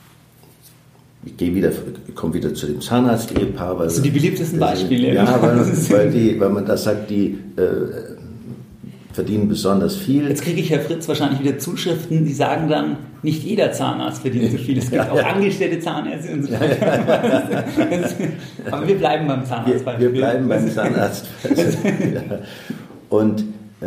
ich komme wieder zu dem Zahnarzt-Ehepaar. Das sind die beliebtesten Beispiele. Ja, weil man da sagt, die verdienen besonders viel. Jetzt kriege ich, Herr Fritz, wahrscheinlich wieder Zuschriften, die sagen dann, nicht jeder Zahnarzt verdient so viel. Es gibt auch angestellte Zahnärzte und so weiter. Aber wir bleiben beim Zahnarzt. Wir bleiben beim Zahnarzt. Und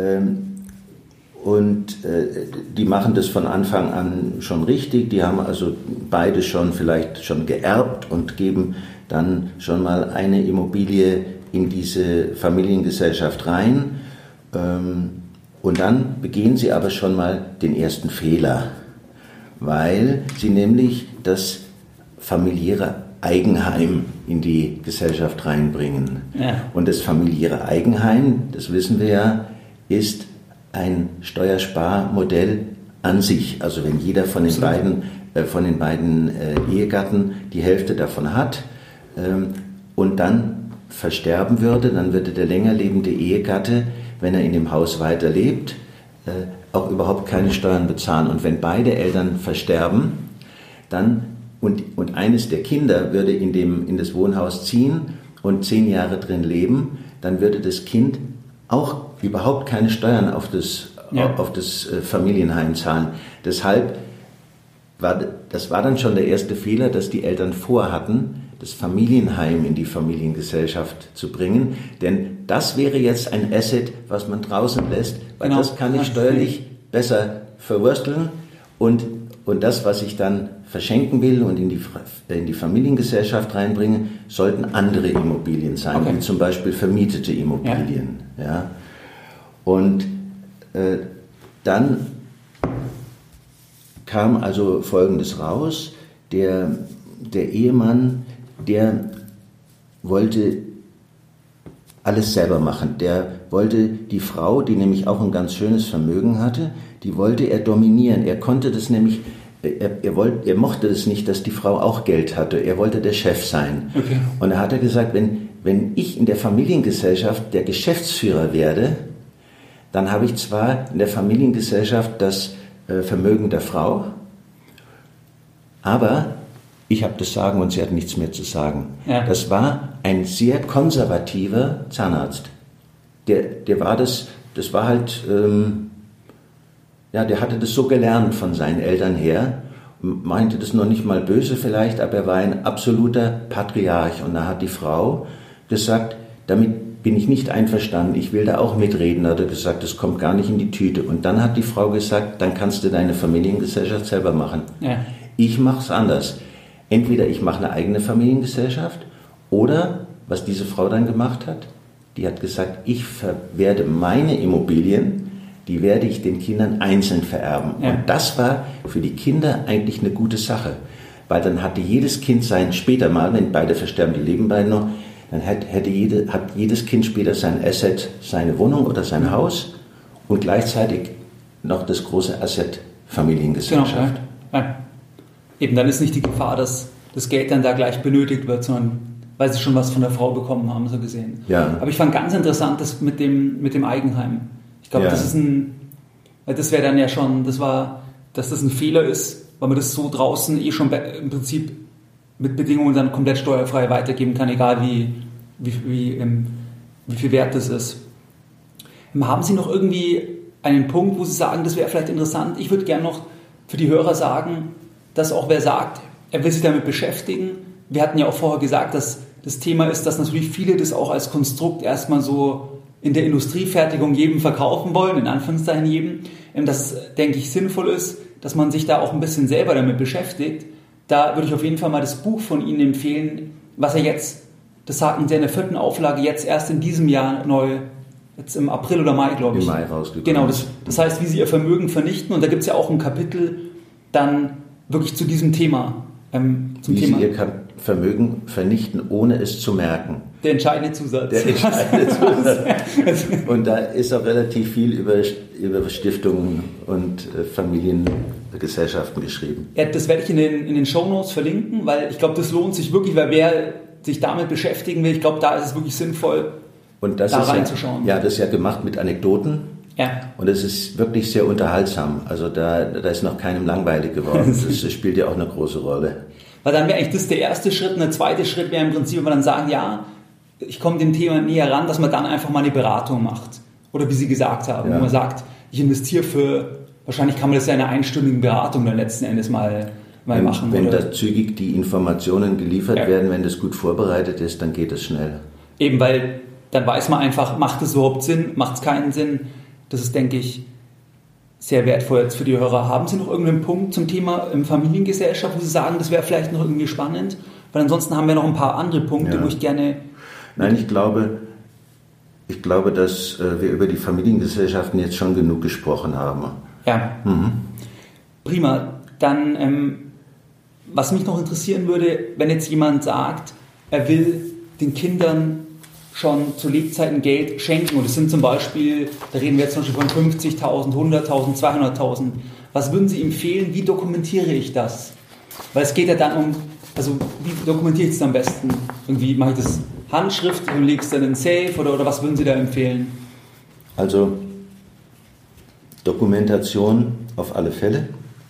die machen das von Anfang an schon richtig. Die haben also beide vielleicht schon geerbt und geben dann schon mal eine Immobilie in diese Familiengesellschaft rein. Und dann begehen sie aber schon mal den ersten Fehler, weil sie nämlich das familiäre Eigenheim in die Gesellschaft reinbringen. Ja. Und das familiäre Eigenheim, das wissen wir ja, ist ein Steuersparmodell an sich. Also wenn jeder von den beiden Ehegatten die Hälfte davon hat und dann versterben würde, dann würde der länger lebende Ehegatte, wenn er in dem Haus weiterlebt, auch überhaupt keine Steuern bezahlen. Und wenn beide Eltern versterben, dann und eines der Kinder würde in das Wohnhaus ziehen und 10 Jahre drin leben, dann würde das Kind auch überhaupt keine Steuern auf das Familienheim zahlen. Deshalb war dann schon der erste Fehler, dass die Eltern vorhatten, das Familienheim in die Familiengesellschaft zu bringen. Denn das wäre jetzt ein Asset, was man draußen lässt, weil das kann ich steuerlich besser verwursteln. Und das, was ich dann verschenken will und in die Familiengesellschaft reinbringen, sollten andere Immobilien sein, wie zum Beispiel vermietete Immobilien. Ja. Und dann kam also Folgendes raus: der Ehemann, der wollte alles selber machen. Der wollte die Frau, die nämlich auch ein ganz schönes Vermögen hatte, die wollte er dominieren. Er konnte das nämlich, er mochte das nicht, dass die Frau auch Geld hatte. Er wollte der Chef sein. Okay. Und da hat er gesagt, wenn ich in der Familiengesellschaft der Geschäftsführer werde, dann habe ich zwar in der Familiengesellschaft das Vermögen der Frau, aber ich habe das Sagen und sie hat nichts mehr zu sagen. Ja. Das war ein sehr konservativer Zahnarzt. Der war das war halt, der hatte das so gelernt von seinen Eltern her, meinte das noch nicht mal böse vielleicht, aber er war ein absoluter Patriarch. Und da hat die Frau gesagt, damit bin ich nicht einverstanden, ich will da auch mitreden. Da hat er gesagt, das kommt gar nicht in die Tüte. Und dann hat die Frau gesagt, dann kannst du deine Familiengesellschaft selber machen. Ja. Ich mache es anders. Entweder ich mache eine eigene Familiengesellschaft oder, was diese Frau dann gemacht hat, die hat gesagt, ich werde meine Immobilien, die werde ich den Kindern einzeln vererben. Ja. Und das war für die Kinder eigentlich eine gute Sache, weil dann hatte jedes Kind später mal, wenn beide versterben, die leben beide noch, dann hat jedes Kind später sein Asset, seine Wohnung oder sein Haus und gleichzeitig noch das große Asset Familiengesellschaft. Genau, ja. Eben, dann ist nicht die Gefahr, dass das Geld dann da gleich benötigt wird, sondern weil sie schon was von der Frau bekommen haben, so gesehen. Ja. Aber ich fand ganz interessant, das mit dem Eigenheim. Ich glaube, das wäre dann ja schon, dass das ein Fehler ist, weil man das so draußen schon im Prinzip mit Bedingungen dann komplett steuerfrei weitergeben kann, egal wie viel wert das ist. Haben Sie noch irgendwie einen Punkt, wo Sie sagen, das wäre vielleicht interessant? Ich würde gerne noch für die Hörer sagen, dass auch wer sagt, er will sich damit beschäftigen. Wir hatten ja auch vorher gesagt, dass das Thema ist, dass natürlich viele das auch als Konstrukt erstmal so in der Industriefertigung jedem verkaufen wollen, in Anführungszeichen jedem. Dass, denke ich, sinnvoll ist, dass man sich da auch ein bisschen selber damit beschäftigt. Da würde ich auf jeden Fall mal das Buch von Ihnen empfehlen, was er jetzt, das sagten Sie in der 4. Auflage, jetzt erst in diesem Jahr neu, jetzt im April oder Mai, glaube ich. Im Mai rausgekommen. Genau, das heißt, wie Sie Ihr Vermögen vernichten. Und da gibt es ja auch ein Kapitel dann wirklich zu diesem Thema. Wie Sie Ihr Vermögen vernichten, ohne es zu merken. Der entscheidende Zusatz. Und da ist auch relativ viel über Stiftungen und Familiengesellschaften geschrieben. Ja, das werde ich in den Shownotes verlinken, weil ich glaube, das lohnt sich wirklich, weil wer sich damit beschäftigen will, ich glaube, da ist es wirklich sinnvoll, und das da reinzuschauen. Ja, das ist ja gemacht mit Anekdoten. Ja. Und es ist wirklich sehr unterhaltsam. Also da ist noch keinem langweilig geworden. Das spielt ja auch eine große Rolle. Weil dann wäre eigentlich das der erste Schritt. Und der zweite Schritt wäre im Prinzip, wenn wir dann sagen, ja, ich komme dem Thema näher ran, dass man dann einfach mal eine Beratung macht. Oder wie Sie gesagt haben, wo man sagt, ich investiere wahrscheinlich kann man das ja in einer einstündigen Beratung dann letzten Endes mal machen. Wenn da zügig die Informationen geliefert werden, wenn das gut vorbereitet ist, dann geht es schnell. Eben, weil dann weiß man einfach, macht es überhaupt Sinn, macht es keinen Sinn. Das ist, denke ich, sehr wertvoll jetzt für die Hörer. Haben Sie noch irgendeinen Punkt zum Thema Familiengesellschaft, wo Sie sagen, das wäre vielleicht noch irgendwie spannend? Weil ansonsten haben wir noch ein paar andere Punkte, wo ich gerne... Nein, ich glaube, dass wir über die Familiengesellschaften jetzt schon genug gesprochen haben. Ja. Mhm. Prima. Dann, was mich noch interessieren würde, wenn jetzt jemand sagt, er will den Kindern schon zu Lebzeiten Geld schenken, und es sind zum Beispiel, da reden wir jetzt zum Beispiel von 50.000, 100.000, 200.000. Was würden Sie empfehlen, wie dokumentiere ich das? Weil es geht ja dann um Also wie dokumentiere ich das am besten? Irgendwie mache ich das Handschrift und lege es dann in Safe oder was würden Sie da empfehlen? Also Dokumentation auf alle Fälle.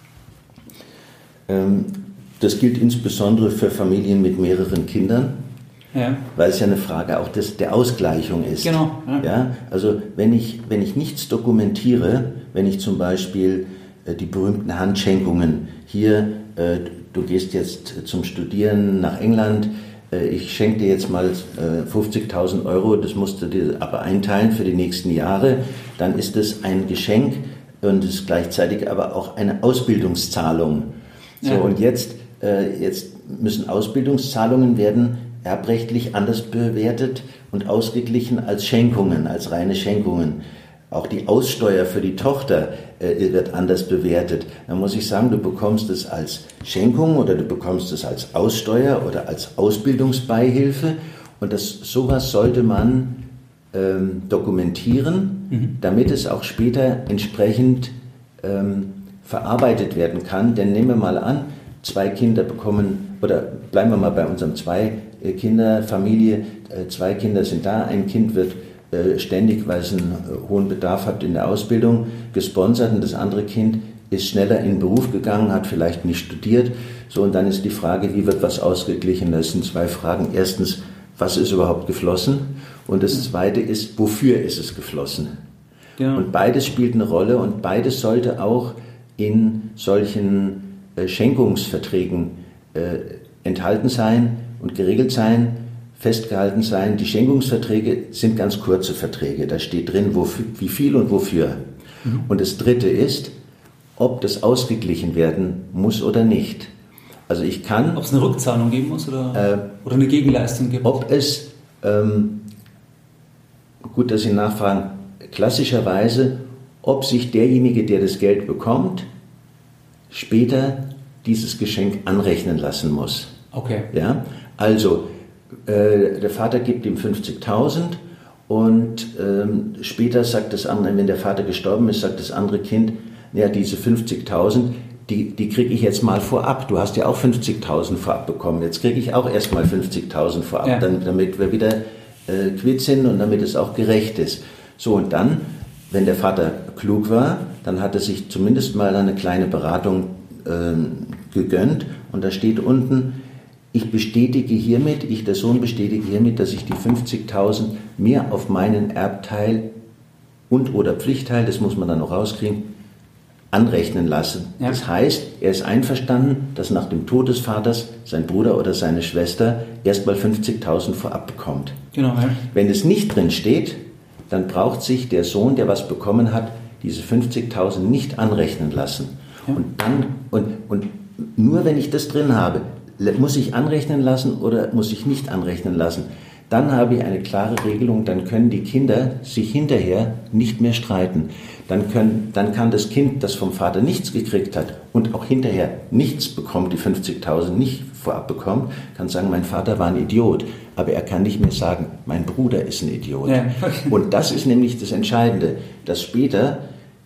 Das gilt insbesondere für Familien mit mehreren Kindern, weil es ja eine Frage auch der Ausgleichung ist. Genau. Ja, also wenn ich nichts dokumentiere, wenn ich zum Beispiel die berühmten Handschenkungen hier, du gehst jetzt zum Studieren nach England, ich schenke dir jetzt mal 50.000 Euro, das musst du dir aber einteilen für die nächsten Jahre, dann ist es ein Geschenk und es ist gleichzeitig aber auch eine Ausbildungszahlung. So, und jetzt müssen Ausbildungszahlungen werden erbrechtlich anders bewertet und ausgeglichen als Schenkungen, als reine Schenkungen. Auch die Aussteuer für die Tochter wird anders bewertet. Dann muss ich sagen, du bekommst es als Schenkung oder du bekommst es als Aussteuer oder als Ausbildungsbeihilfe. Und sowas sollte man dokumentieren, damit es auch später entsprechend verarbeitet werden kann. Denn nehmen wir mal an, 2 Kinder bekommen, oder bleiben wir mal bei unserem 2-Kinder-Familie, 2 Kinder sind da, ein Kind wird ständig, weil es einen hohen Bedarf hat in der Ausbildung, gesponsert und das andere Kind ist schneller in den Beruf gegangen, hat vielleicht nicht studiert. So, und dann ist die Frage, wie wird was ausgeglichen? Das sind 2 Fragen. Erstens, was ist überhaupt geflossen? Und das zweite ist, wofür ist es geflossen? Ja. Und beides spielt eine Rolle und beides sollte auch in solchen Schenkungsverträgen enthalten sein und geregelt sein, festgehalten sein. Die Schenkungsverträge sind ganz kurze Verträge. Da steht drin, wie viel und wofür. Und das Dritte ist, ob das ausgeglichen werden muss oder nicht. Also ich kann... Ob es eine Rückzahlung geben muss oder eine Gegenleistung gibt. Ob es, gut, dass Sie nachfragen, klassischerweise, ob sich derjenige, der das Geld bekommt, später dieses Geschenk anrechnen lassen muss. Okay. Ja? Also, der Vater gibt ihm 50.000 und später sagt das andere, wenn der Vater gestorben ist, sagt das andere Kind, ja, diese 50.000, die kriege ich jetzt mal vorab. Du hast ja auch 50.000 vorab bekommen. Jetzt kriege ich auch erstmal 50.000 vorab, ja. Damit wir wieder quitt sind und damit es auch gerecht ist. So, und dann, wenn der Vater klug war, dann hat er sich zumindest mal eine kleine Beratung gegönnt und da steht unten, der Sohn bestätige hiermit, dass ich die 50.000 mir auf meinen Erbteil und oder Pflichtteil, das muss man dann noch rauskriegen, anrechnen lassen. Ja. Das heißt, er ist einverstanden, dass nach dem Tod des Vaters sein Bruder oder seine Schwester erstmal 50.000 vorab bekommt. Genau, ja. Wenn es nicht drin steht, dann braucht sich der Sohn, der was bekommen hat, diese 50.000 nicht anrechnen lassen. Ja. Und nur wenn ich das drin habe, muss ich anrechnen lassen oder muss ich nicht anrechnen lassen, dann habe ich eine klare Regelung, dann können die Kinder sich hinterher nicht mehr streiten. Dann kann das Kind, das vom Vater nichts gekriegt hat und auch hinterher nichts bekommt, die 50.000 nicht vorab bekommt, kann sagen, mein Vater war ein Idiot. Aber er kann nicht mehr sagen, mein Bruder ist ein Idiot. Ja. Und das ist nämlich das Entscheidende, dass später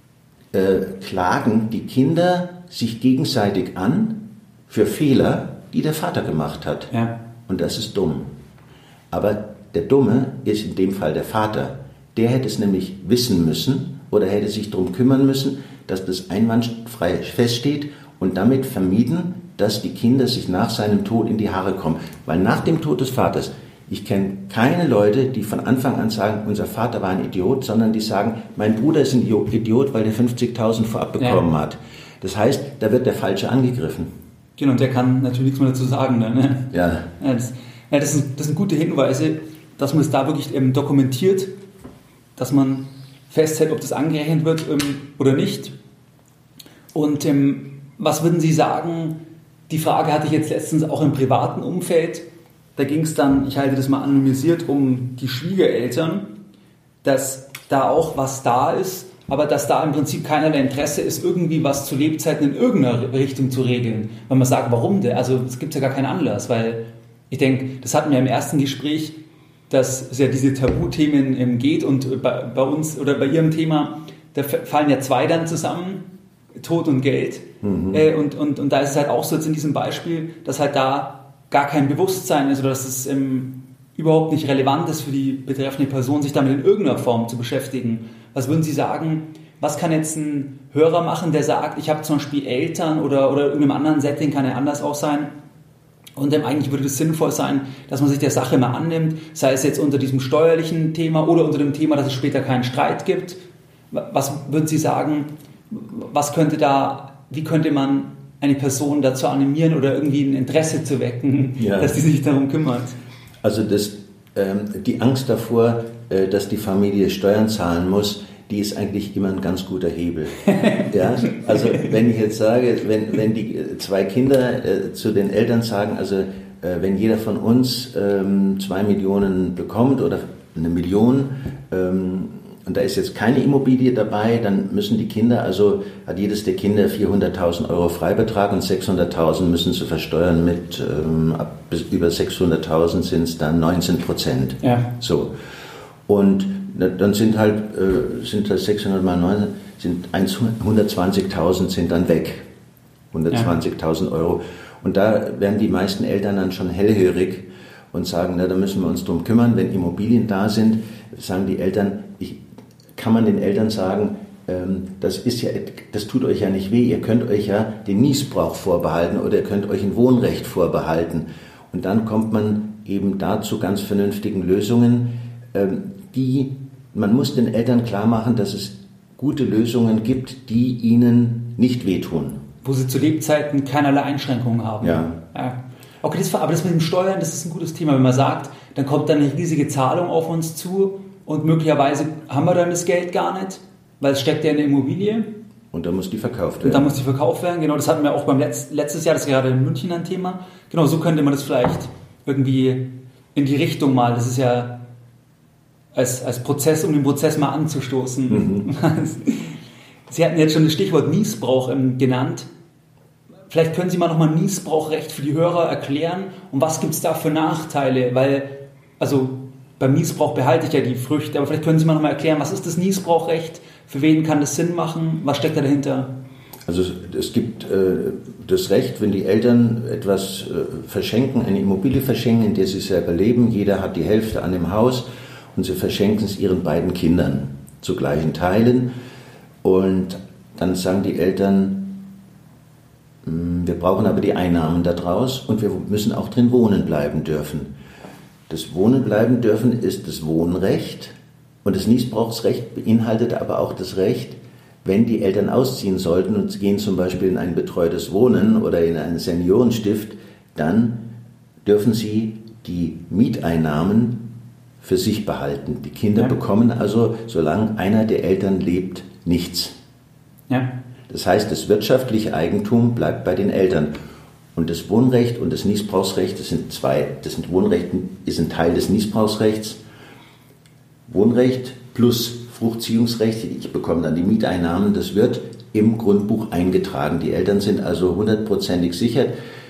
klagen die Kinder sich gegenseitig an für Fehler, die der Vater gemacht hat. Ja. Und das ist dumm. Aber der Dumme ist in dem Fall der Vater. Der hätte es nämlich wissen müssen oder hätte sich darum kümmern müssen, dass das einwandfrei feststeht und damit vermieden, dass die Kinder sich nach seinem Tod in die Haare kommen. Weil nach dem Tod des Vaters, ich kenne keine Leute, die von Anfang an sagen, unser Vater war ein Idiot, sondern die sagen, mein Bruder ist ein Idiot, weil der 50.000 vorab bekommen hat. Das heißt, da wird der Falsche angegriffen. Genau, und der kann natürlich nichts mehr dazu sagen. Ne? Ja. Das sind gute Hinweise, dass man es da wirklich dokumentiert, dass man festhält, ob das angerechnet wird oder nicht. Und was würden Sie sagen, die Frage hatte ich jetzt letztens auch im privaten Umfeld, da ging es dann, ich halte das mal anonymisiert, um die Schwiegereltern, dass da auch was da ist, aber dass da im Prinzip keinerlei Interesse ist, irgendwie was zu Lebzeiten in irgendeiner Richtung zu regeln. Weil man sagt, warum denn? Also es gibt ja gar keinen Anlass, weil ich denke, das hatten wir im ersten Gespräch, dass es ja diese Tabuthemen geht und bei uns oder bei Ihrem Thema, da fallen ja 2 dann zusammen, Tod und Geld. Und da ist es halt auch so jetzt in diesem Beispiel, dass halt da gar kein Bewusstsein ist oder dass es überhaupt nicht relevant ist für die betreffende Person, sich damit in irgendeiner Form zu beschäftigen. Was würden Sie sagen, was kann jetzt ein Hörer machen, der sagt, ich habe zum Beispiel Eltern oder irgendeinem anderen Setting, kann ja anders auch sein, und eigentlich würde es sinnvoll sein, dass man sich der Sache mal annimmt, sei es jetzt unter diesem steuerlichen Thema oder unter dem Thema, dass es später keinen Streit gibt. Was würden Sie sagen, wie könnte man eine Person dazu animieren oder irgendwie ein Interesse zu wecken, dass die sich darum kümmert? Also die Angst davor, dass die Familie Steuern zahlen muss, die ist eigentlich immer ein ganz guter Hebel. Ja? Also wenn ich jetzt sage, wenn die zwei Kinder zu den Eltern sagen, also wenn jeder von uns 2 Millionen bekommt oder 1 Million, und da ist jetzt keine Immobilie dabei, dann müssen die Kinder, also hat jedes der Kinder 400.000 Euro Freibetrag und 600.000 müssen sie versteuern mit, bis über 600.000 sind es dann 19%. Ja. So. Und dann sind das 600 mal 9, sind 120.000 sind dann weg. 120.000 Euro. Und da werden die meisten Eltern dann schon hellhörig und sagen, da müssen wir uns drum kümmern. Wenn Immobilien da sind, sagen die Eltern, kann man den Eltern sagen, das tut euch ja nicht weh, ihr könnt euch ja den Niesbrauch vorbehalten oder ihr könnt euch ein Wohnrecht vorbehalten. Und dann kommt man eben da zu ganz vernünftigen Lösungen, man muss den Eltern klar machen, dass es gute Lösungen gibt, die ihnen nicht wehtun. Wo sie zu Lebzeiten keinerlei Einschränkungen haben. Ja. Okay, aber das mit dem Steuern, das ist ein gutes Thema. Wenn man sagt, dann kommt dann eine riesige Zahlung auf uns zu und möglicherweise haben wir dann das Geld gar nicht, weil es steckt ja in der Immobilie. Und dann muss die verkauft werden. Genau, das hatten wir auch beim letztes Jahr, das ist gerade in München ein Thema. Genau, so könnte man das vielleicht irgendwie in die Richtung mal, das ist ja als Prozess, um den Prozess mal anzustoßen. Mhm. Sie hatten jetzt schon das Stichwort Niesbrauch genannt. Vielleicht können Sie mal nochmal Niesbrauchrecht für die Hörer erklären und was gibt es da für Nachteile? Weil, also beim Niesbrauch behalte ich ja die Früchte, aber vielleicht können Sie mal nochmal erklären, was ist das Niesbrauchrecht? Für wen kann das Sinn machen? Was steckt da dahinter? Also es gibt das Recht, wenn die Eltern etwas verschenken, eine Immobilie verschenken, in der sie selber leben, jeder hat die Hälfte an dem Haus, und sie verschenken es ihren beiden Kindern zu gleichen Teilen. Und dann sagen die Eltern, wir brauchen aber die Einnahmen daraus und wir müssen auch drin wohnen bleiben dürfen. Das Wohnen bleiben dürfen ist das Wohnrecht und das Niesbrauchsrecht beinhaltet aber auch das Recht, wenn die Eltern ausziehen sollten und gehen zum Beispiel in ein betreutes Wohnen oder in einen Seniorenstift, dann dürfen sie die Mieteinnahmen für sich behalten. Die Kinder bekommen also, solange einer der Eltern lebt, nichts. Ja. Das heißt, das wirtschaftliche Eigentum bleibt bei den Eltern. Und das Wohnrecht und das Niesbrauchsrecht, Wohnrecht ist ein Teil des Niesbrauchsrechts. Wohnrecht plus Fruchtziehungsrecht, ich bekomme dann die Mieteinnahmen, das wird im Grundbuch eingetragen. Die Eltern sind also 100%ig sicher.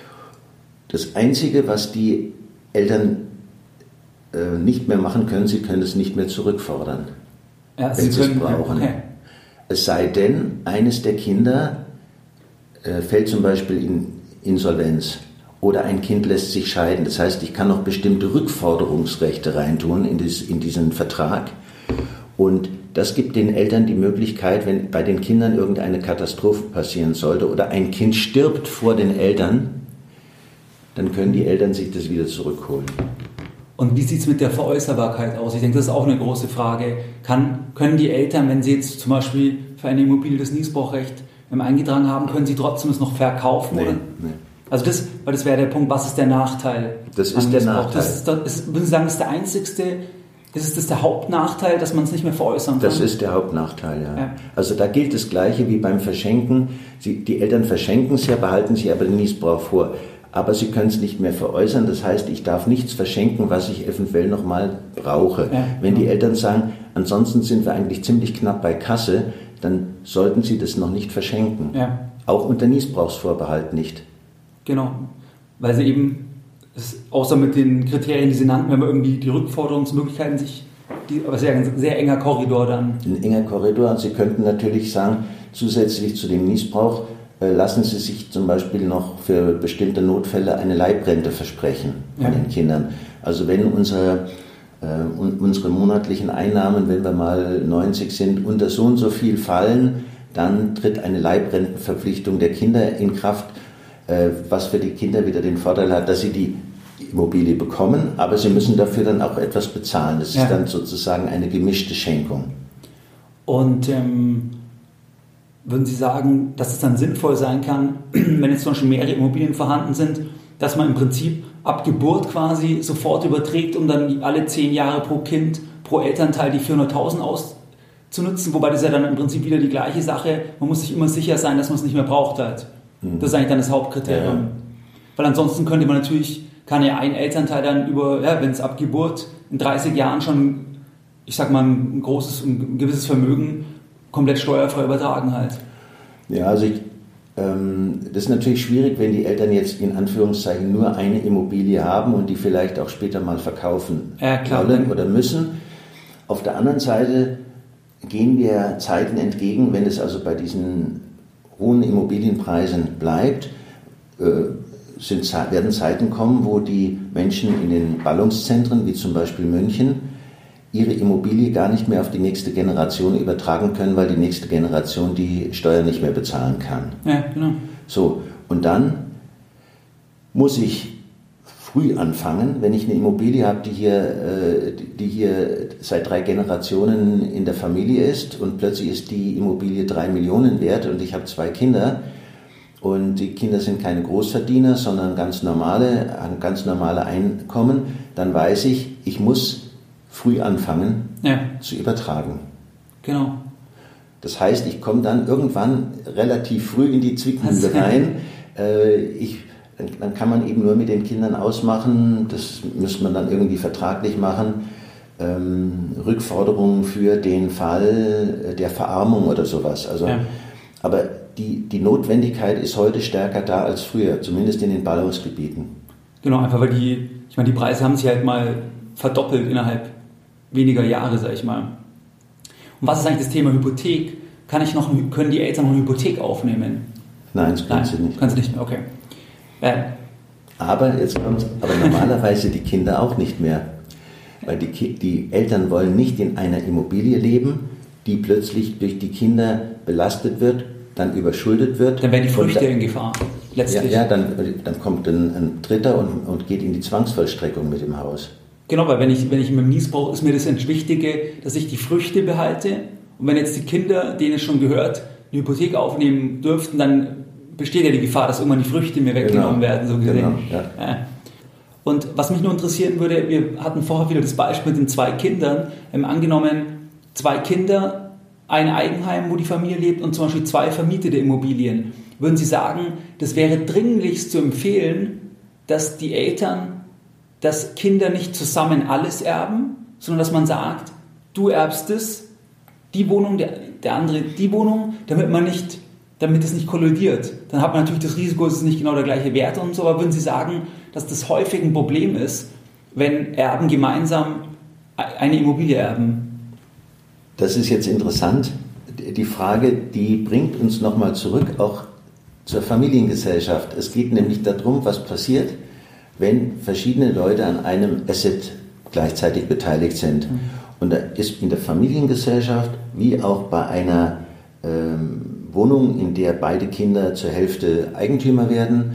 Das Einzige, was die Eltern nicht mehr machen können, sie können es nicht mehr zurückfordern, wenn sie es brauchen. Okay. Es sei denn, eines der Kinder fällt zum Beispiel in Insolvenz oder ein Kind lässt sich scheiden. Das heißt, ich kann noch bestimmte Rückforderungsrechte reintun in diesen Vertrag. Und das gibt den Eltern die Möglichkeit, wenn bei den Kindern irgendeine Katastrophe passieren sollte oder ein Kind stirbt vor den Eltern, dann können die Eltern sich das wieder zurückholen. Und wie sieht es mit der Veräußerbarkeit aus? Ich denke, das ist auch eine große Frage. Können die Eltern, wenn sie jetzt zum Beispiel für eine Immobilie das Niesbrauchrecht eingetragen haben, können sie trotzdem es noch verkaufen? Nee, oder? Nee. Also das wäre der Punkt, was ist der Nachteil? Das ist der Nachteil. Würden Sie sagen, das ist der einzigste, ist das der Hauptnachteil, dass man es nicht mehr veräußern kann? Das ist der Hauptnachteil, ja. Also da gilt das Gleiche wie beim Verschenken. Die Eltern verschenken es ja, behalten sich aber den Niesbrauch vor. Aber sie können es nicht mehr veräußern. Das heißt, ich darf nichts verschenken, was ich eventuell nochmal brauche. Ja, wenn die Eltern sagen, ansonsten sind wir eigentlich ziemlich knapp bei Kasse, dann sollten sie das noch nicht verschenken. Ja. Auch unter Niesbrauchsvorbehalt nicht. Genau, weil sie eben, außer mit den Kriterien, die sie nannten, wenn man irgendwie die Rückforderungsmöglichkeiten aber es ist ja ein sehr enger Korridor dann. Ein enger Korridor. Sie könnten natürlich sagen, zusätzlich zu dem Niesbrauch lassen sie sich zum Beispiel noch für bestimmte Notfälle eine Leibrente versprechen von den Kindern. Also wenn unsere monatlichen Einnahmen, wenn wir mal 90 sind, unter so und so viel fallen, dann tritt eine Leibrentenverpflichtung der Kinder in Kraft, was für die Kinder wieder den Vorteil hat, dass sie die Immobilie bekommen, aber sie müssen dafür dann auch etwas bezahlen. Das ist dann sozusagen eine gemischte Schenkung. Und würden Sie sagen, dass es dann sinnvoll sein kann, wenn jetzt zum Beispiel mehrere Immobilien vorhanden sind, dass man im Prinzip ab Geburt quasi sofort überträgt, um dann alle 10 Jahre pro Kind, pro Elternteil die 400.000 auszunutzen, wobei das ja dann im Prinzip wieder die gleiche Sache, man muss sich immer sicher sein, dass man es nicht mehr braucht halt. Das ist eigentlich dann das Hauptkriterium. Ja. Weil ansonsten kann ja ein Elternteil dann wenn es ab Geburt in 30 Jahren schon, ich sag mal, ein gewisses Vermögen komplett steuerfrei übertragen halt. Ja, also das ist natürlich schwierig, wenn die Eltern jetzt in Anführungszeichen nur eine Immobilie haben und die vielleicht auch später mal verkaufen wollen oder müssen. Auf der anderen Seite gehen wir Zeiten entgegen, wenn es also bei diesen hohen Immobilienpreisen bleibt, werden Zeiten kommen, wo die Menschen in den Ballungszentren, wie zum Beispiel München, ihre Immobilie gar nicht mehr auf die nächste Generation übertragen können, weil die nächste Generation die Steuer nicht mehr bezahlen kann. Ja, genau. So, und dann muss ich früh anfangen, wenn ich eine Immobilie habe, die hier seit 3 Generationen in der Familie ist und plötzlich ist die Immobilie 3 Millionen wert und ich habe 2 Kinder und die Kinder sind keine Großverdiener, sondern ganz normale Einkommen, dann weiß ich, ich muss früh anfangen zu übertragen. Genau. Das heißt, ich komme dann irgendwann relativ früh in die Zwickmühle rein. Dann kann man eben nur mit den Kindern ausmachen, das müsste man dann irgendwie vertraglich machen, Rückforderungen für den Fall der Verarmung oder sowas. Also, aber die Notwendigkeit ist heute stärker da als früher, zumindest in den Ballungsgebieten. Genau, einfach weil die Preise haben sich halt mal verdoppelt innerhalb weniger Jahre, sag ich mal. Und was ist eigentlich das Thema Hypothek? Können die Eltern noch eine Hypothek aufnehmen? Nein, das können sie nicht. Können sie nicht mehr, okay. Aber normalerweise die Kinder auch nicht mehr. Weil die Eltern wollen nicht in einer Immobilie leben, die plötzlich durch die Kinder belastet wird, dann überschuldet wird. Dann werden die Früchte in Gefahr, letztlich. Ja, dann kommt ein Dritter und geht in die Zwangsvollstreckung mit dem Haus. Genau, weil wenn ich mit dem Niesbrauch, ist mir das Wichtige, dass ich die Früchte behalte. Und wenn jetzt die Kinder, denen es schon gehört, eine Hypothek aufnehmen dürften, dann besteht ja die Gefahr, dass irgendwann die Früchte mir weggenommen werden, so gesehen. Genau, ja. Und was mich nur interessieren würde, wir hatten vorher wieder das Beispiel mit den 2 Kindern. Angenommen, 2 Kinder, ein Eigenheim, wo die Familie lebt und zum Beispiel 2 vermietete Immobilien. Würden Sie sagen, das wäre dringlichst zu empfehlen, dass Kinder nicht zusammen alles erben, sondern dass man sagt, du erbst die Wohnung, der andere die Wohnung, damit es nicht kollidiert. Dann hat man natürlich das Risiko, es ist nicht genau der gleiche Wert und so, aber würden Sie sagen, dass das häufig ein Problem ist, wenn Erben gemeinsam eine Immobilie erben? Das ist jetzt interessant. Die Frage, die bringt uns nochmal zurück auch zur Familiengesellschaft. Es geht nämlich darum, was passiert, wenn verschiedene Leute an einem Asset gleichzeitig beteiligt sind. Und da ist in der Familiengesellschaft wie auch bei einer Wohnung, in der beide Kinder zur Hälfte Eigentümer werden,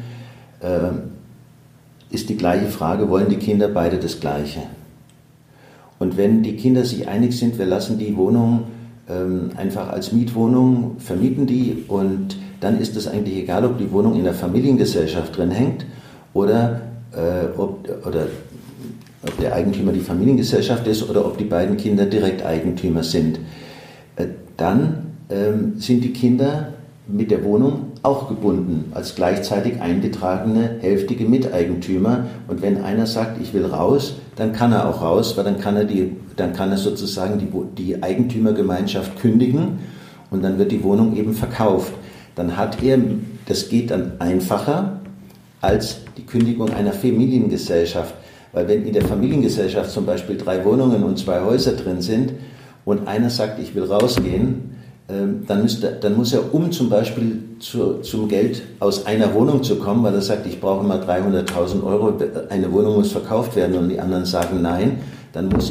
ist die gleiche Frage, wollen die Kinder beide das Gleiche? Und wenn die Kinder sich einig sind, wir lassen die Wohnung einfach als Mietwohnung, vermieten die und dann ist es eigentlich egal, ob die Wohnung in der Familiengesellschaft drin hängt oder ob der Eigentümer die Familiengesellschaft ist oder ob die beiden Kinder direkt Eigentümer sind. Dann sind die Kinder mit der Wohnung auch gebunden als gleichzeitig eingetragene hälftige Miteigentümer. Und wenn einer sagt, ich will raus, dann kann er auch raus, weil dann kann er sozusagen die Eigentümergemeinschaft kündigen und dann wird die Wohnung eben verkauft. Das geht dann einfacher als die Kündigung einer Familiengesellschaft. Weil wenn in der Familiengesellschaft zum Beispiel 3 Wohnungen und 2 Häuser drin sind und einer sagt, ich will rausgehen, dann muss er, um zum Beispiel zum Geld aus einer Wohnung zu kommen, weil er sagt, ich brauche mal 300.000 Euro, eine Wohnung muss verkauft werden und die anderen sagen nein, dann muss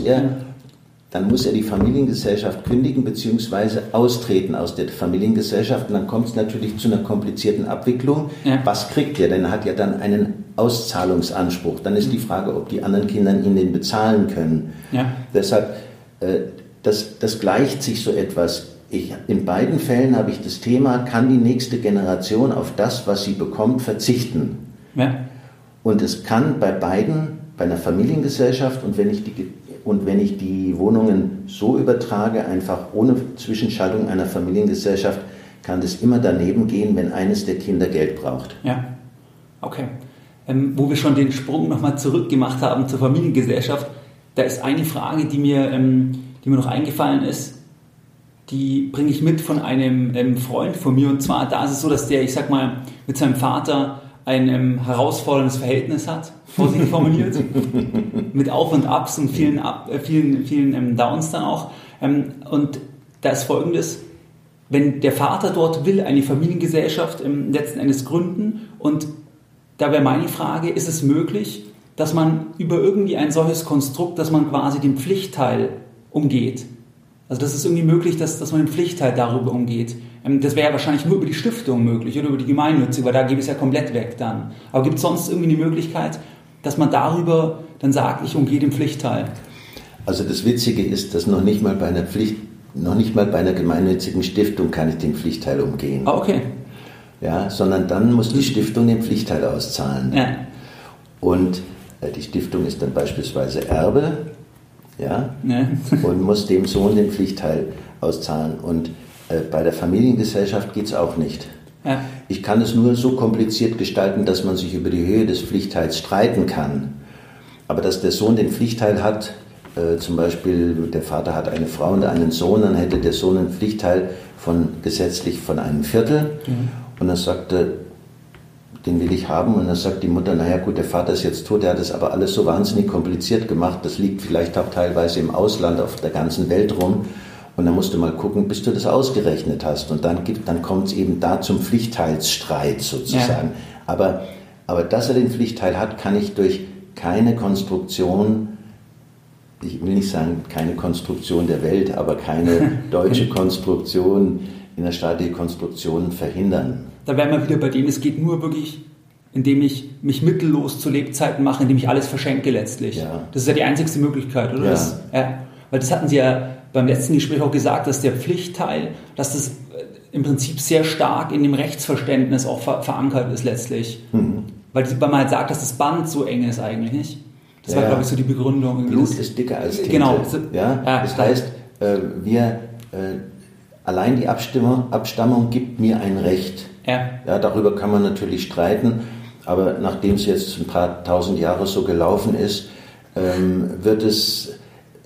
er die Familiengesellschaft kündigen bzw. austreten aus der Familiengesellschaft und dann kommt es natürlich zu einer komplizierten Abwicklung. Ja. Was kriegt er? Denn er hat ja dann einen Auszahlungsanspruch. Dann ist die Frage, ob die anderen Kinder ihn den bezahlen können. Ja. Deshalb, das gleicht sich so etwas. In beiden Fällen habe ich das Thema, kann die nächste Generation auf das, was sie bekommt, verzichten? Ja. Und es kann bei beiden, bei einer Familiengesellschaft und wenn ich die Wohnungen so übertrage, einfach ohne Zwischenschaltung einer Familiengesellschaft, kann das immer daneben gehen, wenn eines der Kinder Geld braucht. Ja, okay. Wo wir schon den Sprung nochmal zurückgemacht haben zur Familiengesellschaft, da ist eine Frage, die mir noch eingefallen ist, die bringe ich mit von einem Freund von mir. Und zwar, da ist es so, dass der, ich sag mal, mit seinem Vater ein herausforderndes Verhältnis hat, vorsichtig formuliert, mit Auf und Abs und vielen Downs dann auch. Und da ist Folgendes: Wenn der Vater dort will, eine Familiengesellschaft letzten Endes gründen, und da wäre meine Frage, ist es möglich, dass man über irgendwie ein solches Konstrukt, dass man quasi den Pflichtteil umgeht? Also das ist irgendwie möglich, dass man den Pflichtteil darüber umgeht. Das wäre ja wahrscheinlich nur über die Stiftung möglich oder über die Gemeinnützige, weil da gebe ich es ja komplett weg dann. Aber gibt es sonst irgendwie eine Möglichkeit, dass man darüber dann sagt, ich umgehe den Pflichtteil? Also das Witzige ist, dass noch nicht mal bei einer gemeinnützigen Stiftung kann ich den Pflichtteil umgehen. Ah, okay. Ja, sondern dann muss die Stiftung den Pflichtteil auszahlen. Ja. Und die Stiftung ist dann beispielsweise Erbe, ja, und muss dem Sohn den Pflichtteil auszahlen. Und bei der Familiengesellschaft geht es auch nicht. Ja. Ich kann es nur so kompliziert gestalten, dass man sich über die Höhe des Pflichtteils streiten kann. Aber dass der Sohn den Pflichtteil hat, zum Beispiel der Vater hat eine Frau und einen Sohn, dann hätte der Sohn einen Pflichtteil gesetzlich von einem Viertel. Mhm. Und dann sagt er, den will ich haben. Und dann sagt die Mutter, naja gut, der Vater ist jetzt tot, der hat das aber alles so wahnsinnig kompliziert gemacht. Das liegt vielleicht auch teilweise im Ausland, auf der ganzen Welt rum. Und dann musst du mal gucken, bis du das ausgerechnet hast. Und dann kommt es eben da zum Pflichtteilsstreit sozusagen. Ja. Aber dass er den Pflichtteil hat, kann ich durch keine Konstruktion, ich will nicht sagen keine Konstruktion der Welt, aber keine deutsche Konstruktion, innerstaatliche Konstruktion verhindern. Da wären wir wieder bei dem, es geht nur wirklich, indem ich mich mittellos zu Lebzeiten mache, indem ich alles verschenke letztlich. Ja. Das ist ja die einzigste Möglichkeit, oder? Ja. Weil das hatten Sie ja beim letzten Gespräch auch gesagt, dass der Pflichtteil, dass das im Prinzip sehr stark in dem Rechtsverständnis auch verankert ist letztlich. Mhm. Weil man halt sagt, dass das Band so eng ist eigentlich, nicht? Das war, glaube ich, so die Begründung. Blut ist dicker als Tinte. Genau. Das heißt, allein die Abstammung gibt mir ein Recht. Ja, darüber kann man natürlich streiten, aber nachdem es jetzt ein paar tausend Jahre so gelaufen ist, wird es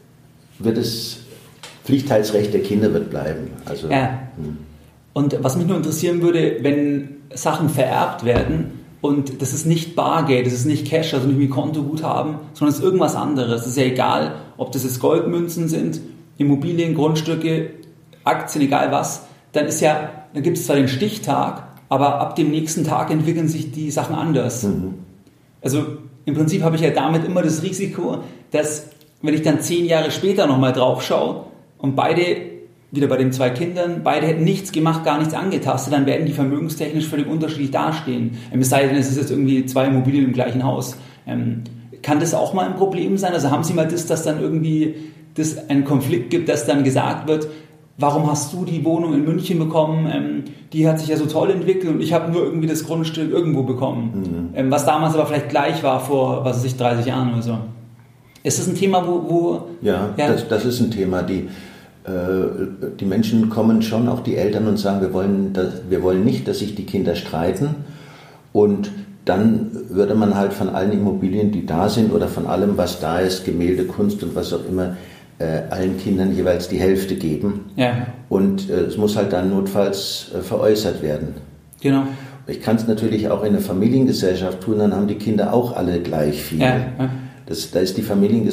Pflichtteilsrecht der Kinder wird bleiben. Also, Und was mich nur interessieren würde, wenn Sachen vererbt werden und das ist nicht Bargeld, das ist nicht Cash, also nicht wie Kontoguthaben, sondern es ist irgendwas anderes. Es ist ja egal, ob das jetzt Goldmünzen sind, Immobilien, Grundstücke, Aktien, egal was, dann gibt es zwar den Stichtag, aber ab dem nächsten Tag entwickeln sich die Sachen anders. Mhm. Also im Prinzip habe ich ja damit immer das Risiko, dass, wenn ich dann 10 Jahre später nochmal drauf schaue und beide, wieder bei den 2 Kindern, beide hätten nichts gemacht, gar nichts angetastet, dann werden die vermögenstechnisch völlig unterschiedlich dastehen. Es sei denn, es ist jetzt irgendwie 2 Immobilien im gleichen Haus. Kann das auch mal ein Problem sein? Also haben Sie mal dass dann irgendwie einen Konflikt gibt, dass dann gesagt wird, warum hast du die Wohnung in München bekommen? Die hat sich ja so toll entwickelt und ich habe nur irgendwie das Grundstück irgendwo bekommen. Mhm. Was damals aber vielleicht gleich war vor, 30 Jahren oder so. Ist das ein Thema, wo das ist ein Thema. Die Menschen kommen schon, auch die Eltern, und sagen, wir wollen nicht, dass sich die Kinder streiten. Und dann würde man halt von allen Immobilien, die da sind, oder von allem, was da ist, Gemälde, Kunst und was auch immer, allen Kindern jeweils die Hälfte geben. Ja. Und es muss halt dann notfalls veräußert werden. Genau. Ich kann es natürlich auch in einer Familiengesellschaft tun, dann haben die Kinder auch alle gleich viel. Ja. Da ist die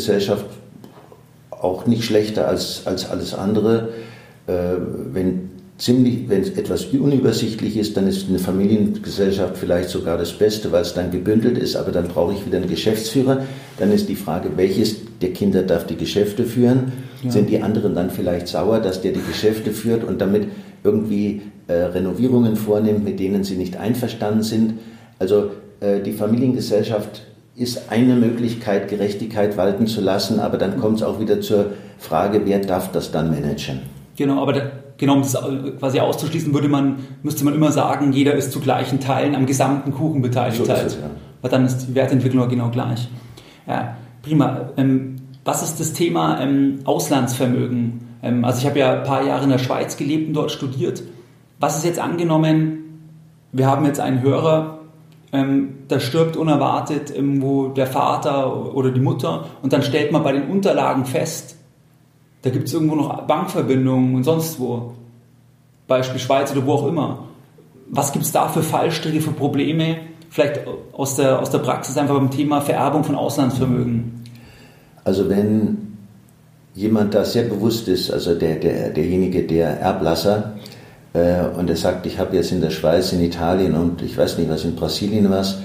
Familiengesellschaft auch nicht schlechter als alles andere. Wenn wenn es etwas unübersichtlich ist, dann ist eine Familiengesellschaft vielleicht sogar das Beste, weil es dann gebündelt ist, aber dann brauche ich wieder einen Geschäftsführer. Dann ist die Frage, welches der Kinder darf die Geschäfte führen? Ja. Sind die anderen dann vielleicht sauer, dass der die Geschäfte führt und damit irgendwie Renovierungen vornimmt, mit denen sie nicht einverstanden sind? Also die Familiengesellschaft ist eine Möglichkeit, Gerechtigkeit walten zu lassen, aber dann kommt es auch wieder zur Frage, wer darf das dann managen? Genau, aber um das quasi auszuschließen, müsste man immer sagen, jeder ist zu gleichen Teilen am gesamten Kuchen beteiligt. So ist es, ja. Weil dann ist die Wertentwicklung genau gleich. Ja, prima. Was ist das Thema Auslandsvermögen? Also ich habe ja ein paar Jahre in der Schweiz gelebt und dort studiert. Was ist jetzt angenommen, wir haben jetzt einen Hörer, da stirbt unerwartet irgendwo der Vater oder die Mutter und dann stellt man bei den Unterlagen fest, da gibt es irgendwo noch Bankverbindungen und sonst wo. Beispiel Schweiz oder wo auch immer. Was gibt es da für Fallstricke, für Probleme? Vielleicht aus der Praxis einfach beim Thema Vererbung von Auslandsvermögen. Also wenn jemand da sehr bewusst ist, also derjenige, der Erblasser, und er sagt, ich habe jetzt in der Schweiz, in Italien und ich weiß nicht was, in Brasilien was,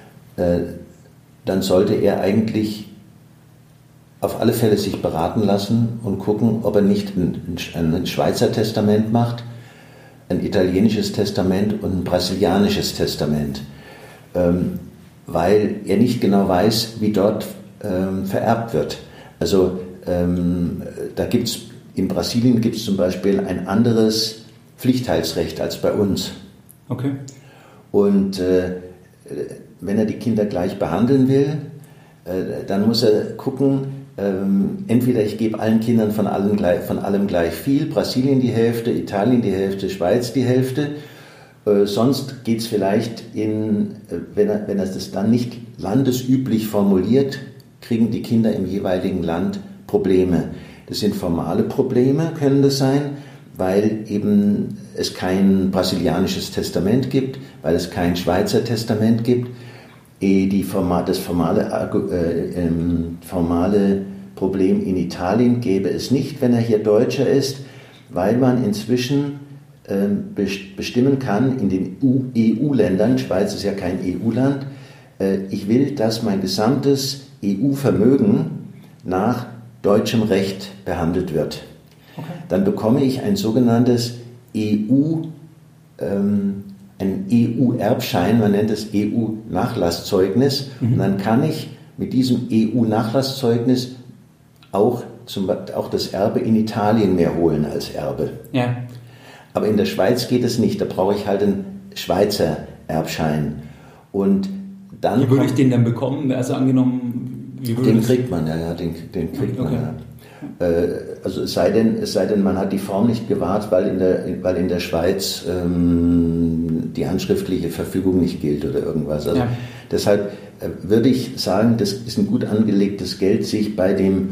dann sollte er eigentlich auf alle Fälle sich beraten lassen und gucken, ob er nicht ein Schweizer Testament macht, ein italienisches Testament und ein brasilianisches Testament, weil er nicht genau weiß, wie dort vererbt wird. Also in Brasilien gibt es zum Beispiel ein anderes Pflichtteilsrecht als bei uns. Okay. Und wenn er die Kinder gleich behandeln will, dann muss er gucken, entweder ich gebe allen Kindern von allem gleich viel, Brasilien die Hälfte, Italien die Hälfte, Schweiz die Hälfte. Sonst geht es vielleicht wenn er das dann nicht landesüblich formuliert, kriegen die Kinder im jeweiligen Land Probleme. Das sind formale Probleme, können das sein, weil eben es kein brasilianisches Testament gibt, weil es kein Schweizer Testament gibt. Das formale Problem in Italien gäbe es nicht, wenn er hier Deutscher ist, weil man inzwischen bestimmen kann in den EU-Ländern, Schweiz ist ja kein EU-Land, ich will, dass mein gesamtes EU-Vermögen nach deutschem Recht behandelt wird. Okay. Dann bekomme ich ein sogenanntes ein EU-Erbschein, man nennt es EU-Nachlasszeugnis. Und dann kann ich mit diesem EU-Nachlasszeugnis auch das Erbe in Italien mehr holen als Erbe. Ja. Aber in der Schweiz geht es nicht, da brauche ich halt einen Schweizer Erbschein. Und dann wie würde ich den dann bekommen? Also angenommen, den kriegt man, den kriegt man. Ja. Also es sei denn, man hat die Form nicht gewahrt, weil in der Schweiz die handschriftliche Verfügung nicht gilt oder irgendwas. Also deshalb würde ich sagen, das ist ein gut angelegtes Geld, sich bei dem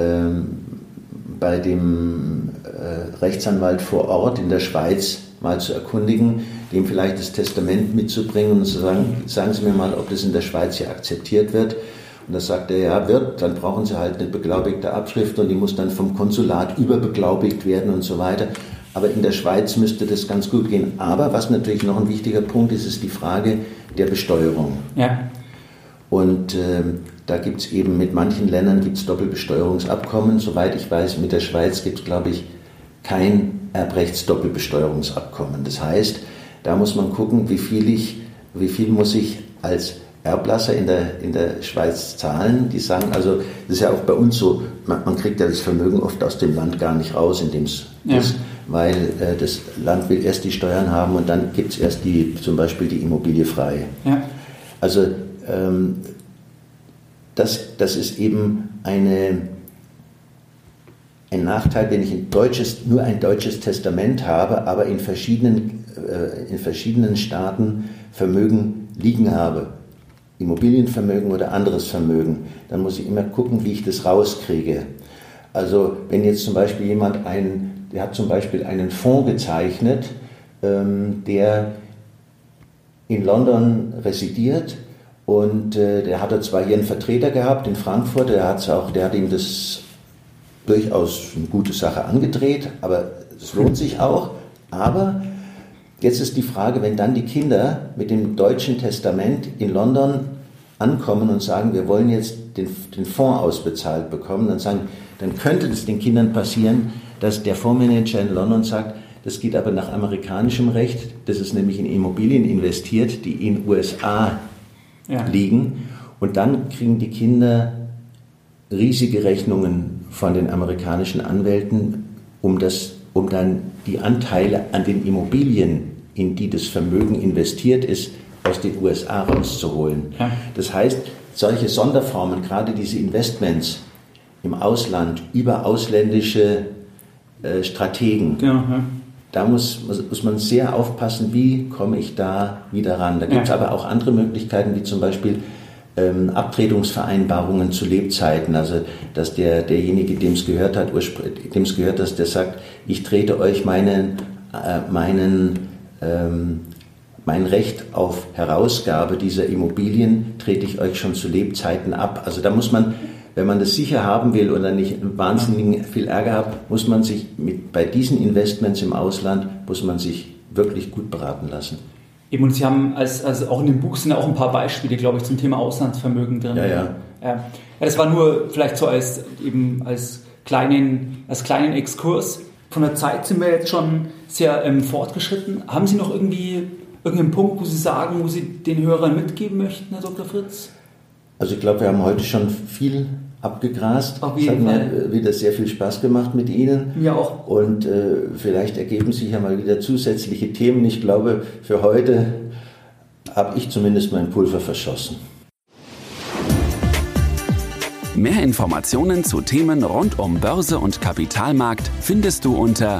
Rechtsanwalt vor Ort in der Schweiz mal zu erkundigen, dem vielleicht das Testament mitzubringen und zu sagen, sagen Sie mir mal, ob das in der Schweiz hier akzeptiert wird. Und das sagt er, ja, wird, dann brauchen Sie halt eine beglaubigte Abschrift und die muss dann vom Konsulat überbeglaubigt werden und so weiter. Aber in der Schweiz müsste das ganz gut gehen. Aber was natürlich noch ein wichtiger Punkt ist, ist die Frage der Besteuerung. Ja. Und da gibt es eben mit manchen Ländern Doppelbesteuerungsabkommen. Soweit ich weiß, mit der Schweiz gibt es, glaube ich, kein Erbrechtsdoppelbesteuerungsabkommen. Das heißt, da muss man gucken, wie viel muss ich als Erblasser in der Schweiz zahlen. Die sagen, also das ist ja auch bei uns so, man kriegt ja das Vermögen oft aus dem Land gar nicht raus, in dem es ist, weil das Land will erst die Steuern haben und dann gibt es erst zum Beispiel die Immobilie frei. Ja. Also das ist eben ein Nachteil, wenn ich nur ein deutsches Testament habe, aber in verschiedenen Staaten Vermögen liegen habe. Immobilienvermögen oder anderes Vermögen, dann muss ich immer gucken, wie ich das rauskriege. Also wenn jetzt zum Beispiel der hat zum Beispiel einen Fonds gezeichnet, der in London residiert und der hatte zwar hier einen Vertreter gehabt in Frankfurt, der hat ihm das durchaus eine gute Sache angedreht, aber es lohnt sich auch, Aber jetzt ist die Frage, wenn dann die Kinder mit dem Deutschen Testament in London ankommen und sagen, wir wollen jetzt den Fonds ausbezahlt bekommen, dann könnte es den Kindern passieren, dass der Fondsmanager in London sagt, das geht aber nach amerikanischem Recht, das ist nämlich in Immobilien investiert, die in USA liegen. Und dann kriegen die Kinder riesige Rechnungen von den amerikanischen Anwälten, um dann die Anteile an den Immobilien, in die das Vermögen investiert ist, aus den USA rauszuholen. Ja. Das heißt, solche Sonderformen, gerade diese Investments im Ausland über ausländische Strategen, da muss man sehr aufpassen, wie komme ich da wieder ran. Da gibt es aber auch andere Möglichkeiten, wie zum Beispiel Abtretungsvereinbarungen zu Lebzeiten, also dass derjenige, dem es gehört, dass der sagt, ich trete euch mein Recht auf Herausgabe dieser Immobilien, trete ich euch schon zu Lebzeiten ab. Also da muss man, wenn man das sicher haben will oder nicht wahnsinnig viel Ärger hat, muss man sich bei diesen Investments im Ausland, muss man sich wirklich gut beraten lassen. Eben, und Sie haben, also auch in dem Buch sind ja auch ein paar Beispiele, glaube ich, zum Thema Auslandsvermögen drin. Ja, das war nur vielleicht so als kleinen Exkurs. Von der Zeit sind wir jetzt schon sehr fortgeschritten. Haben Sie noch irgendeinen Punkt, wo Sie sagen, wo Sie den Hörern mitgeben möchten, Herr Dr. Fritz? Also ich glaube, wir haben heute schon viel abgegrast. Auf jeden Fall. Es hat wieder sehr viel Spaß gemacht mit Ihnen. Mir auch. Und vielleicht ergeben sich ja mal wieder zusätzliche Themen. Ich glaube, für heute habe ich zumindest mein Pulver verschossen. Mehr Informationen zu Themen rund um Börse und Kapitalmarkt findest du unter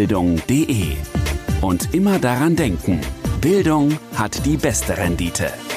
www.geldbildung.de. Und immer daran denken, Bildung hat die beste Rendite.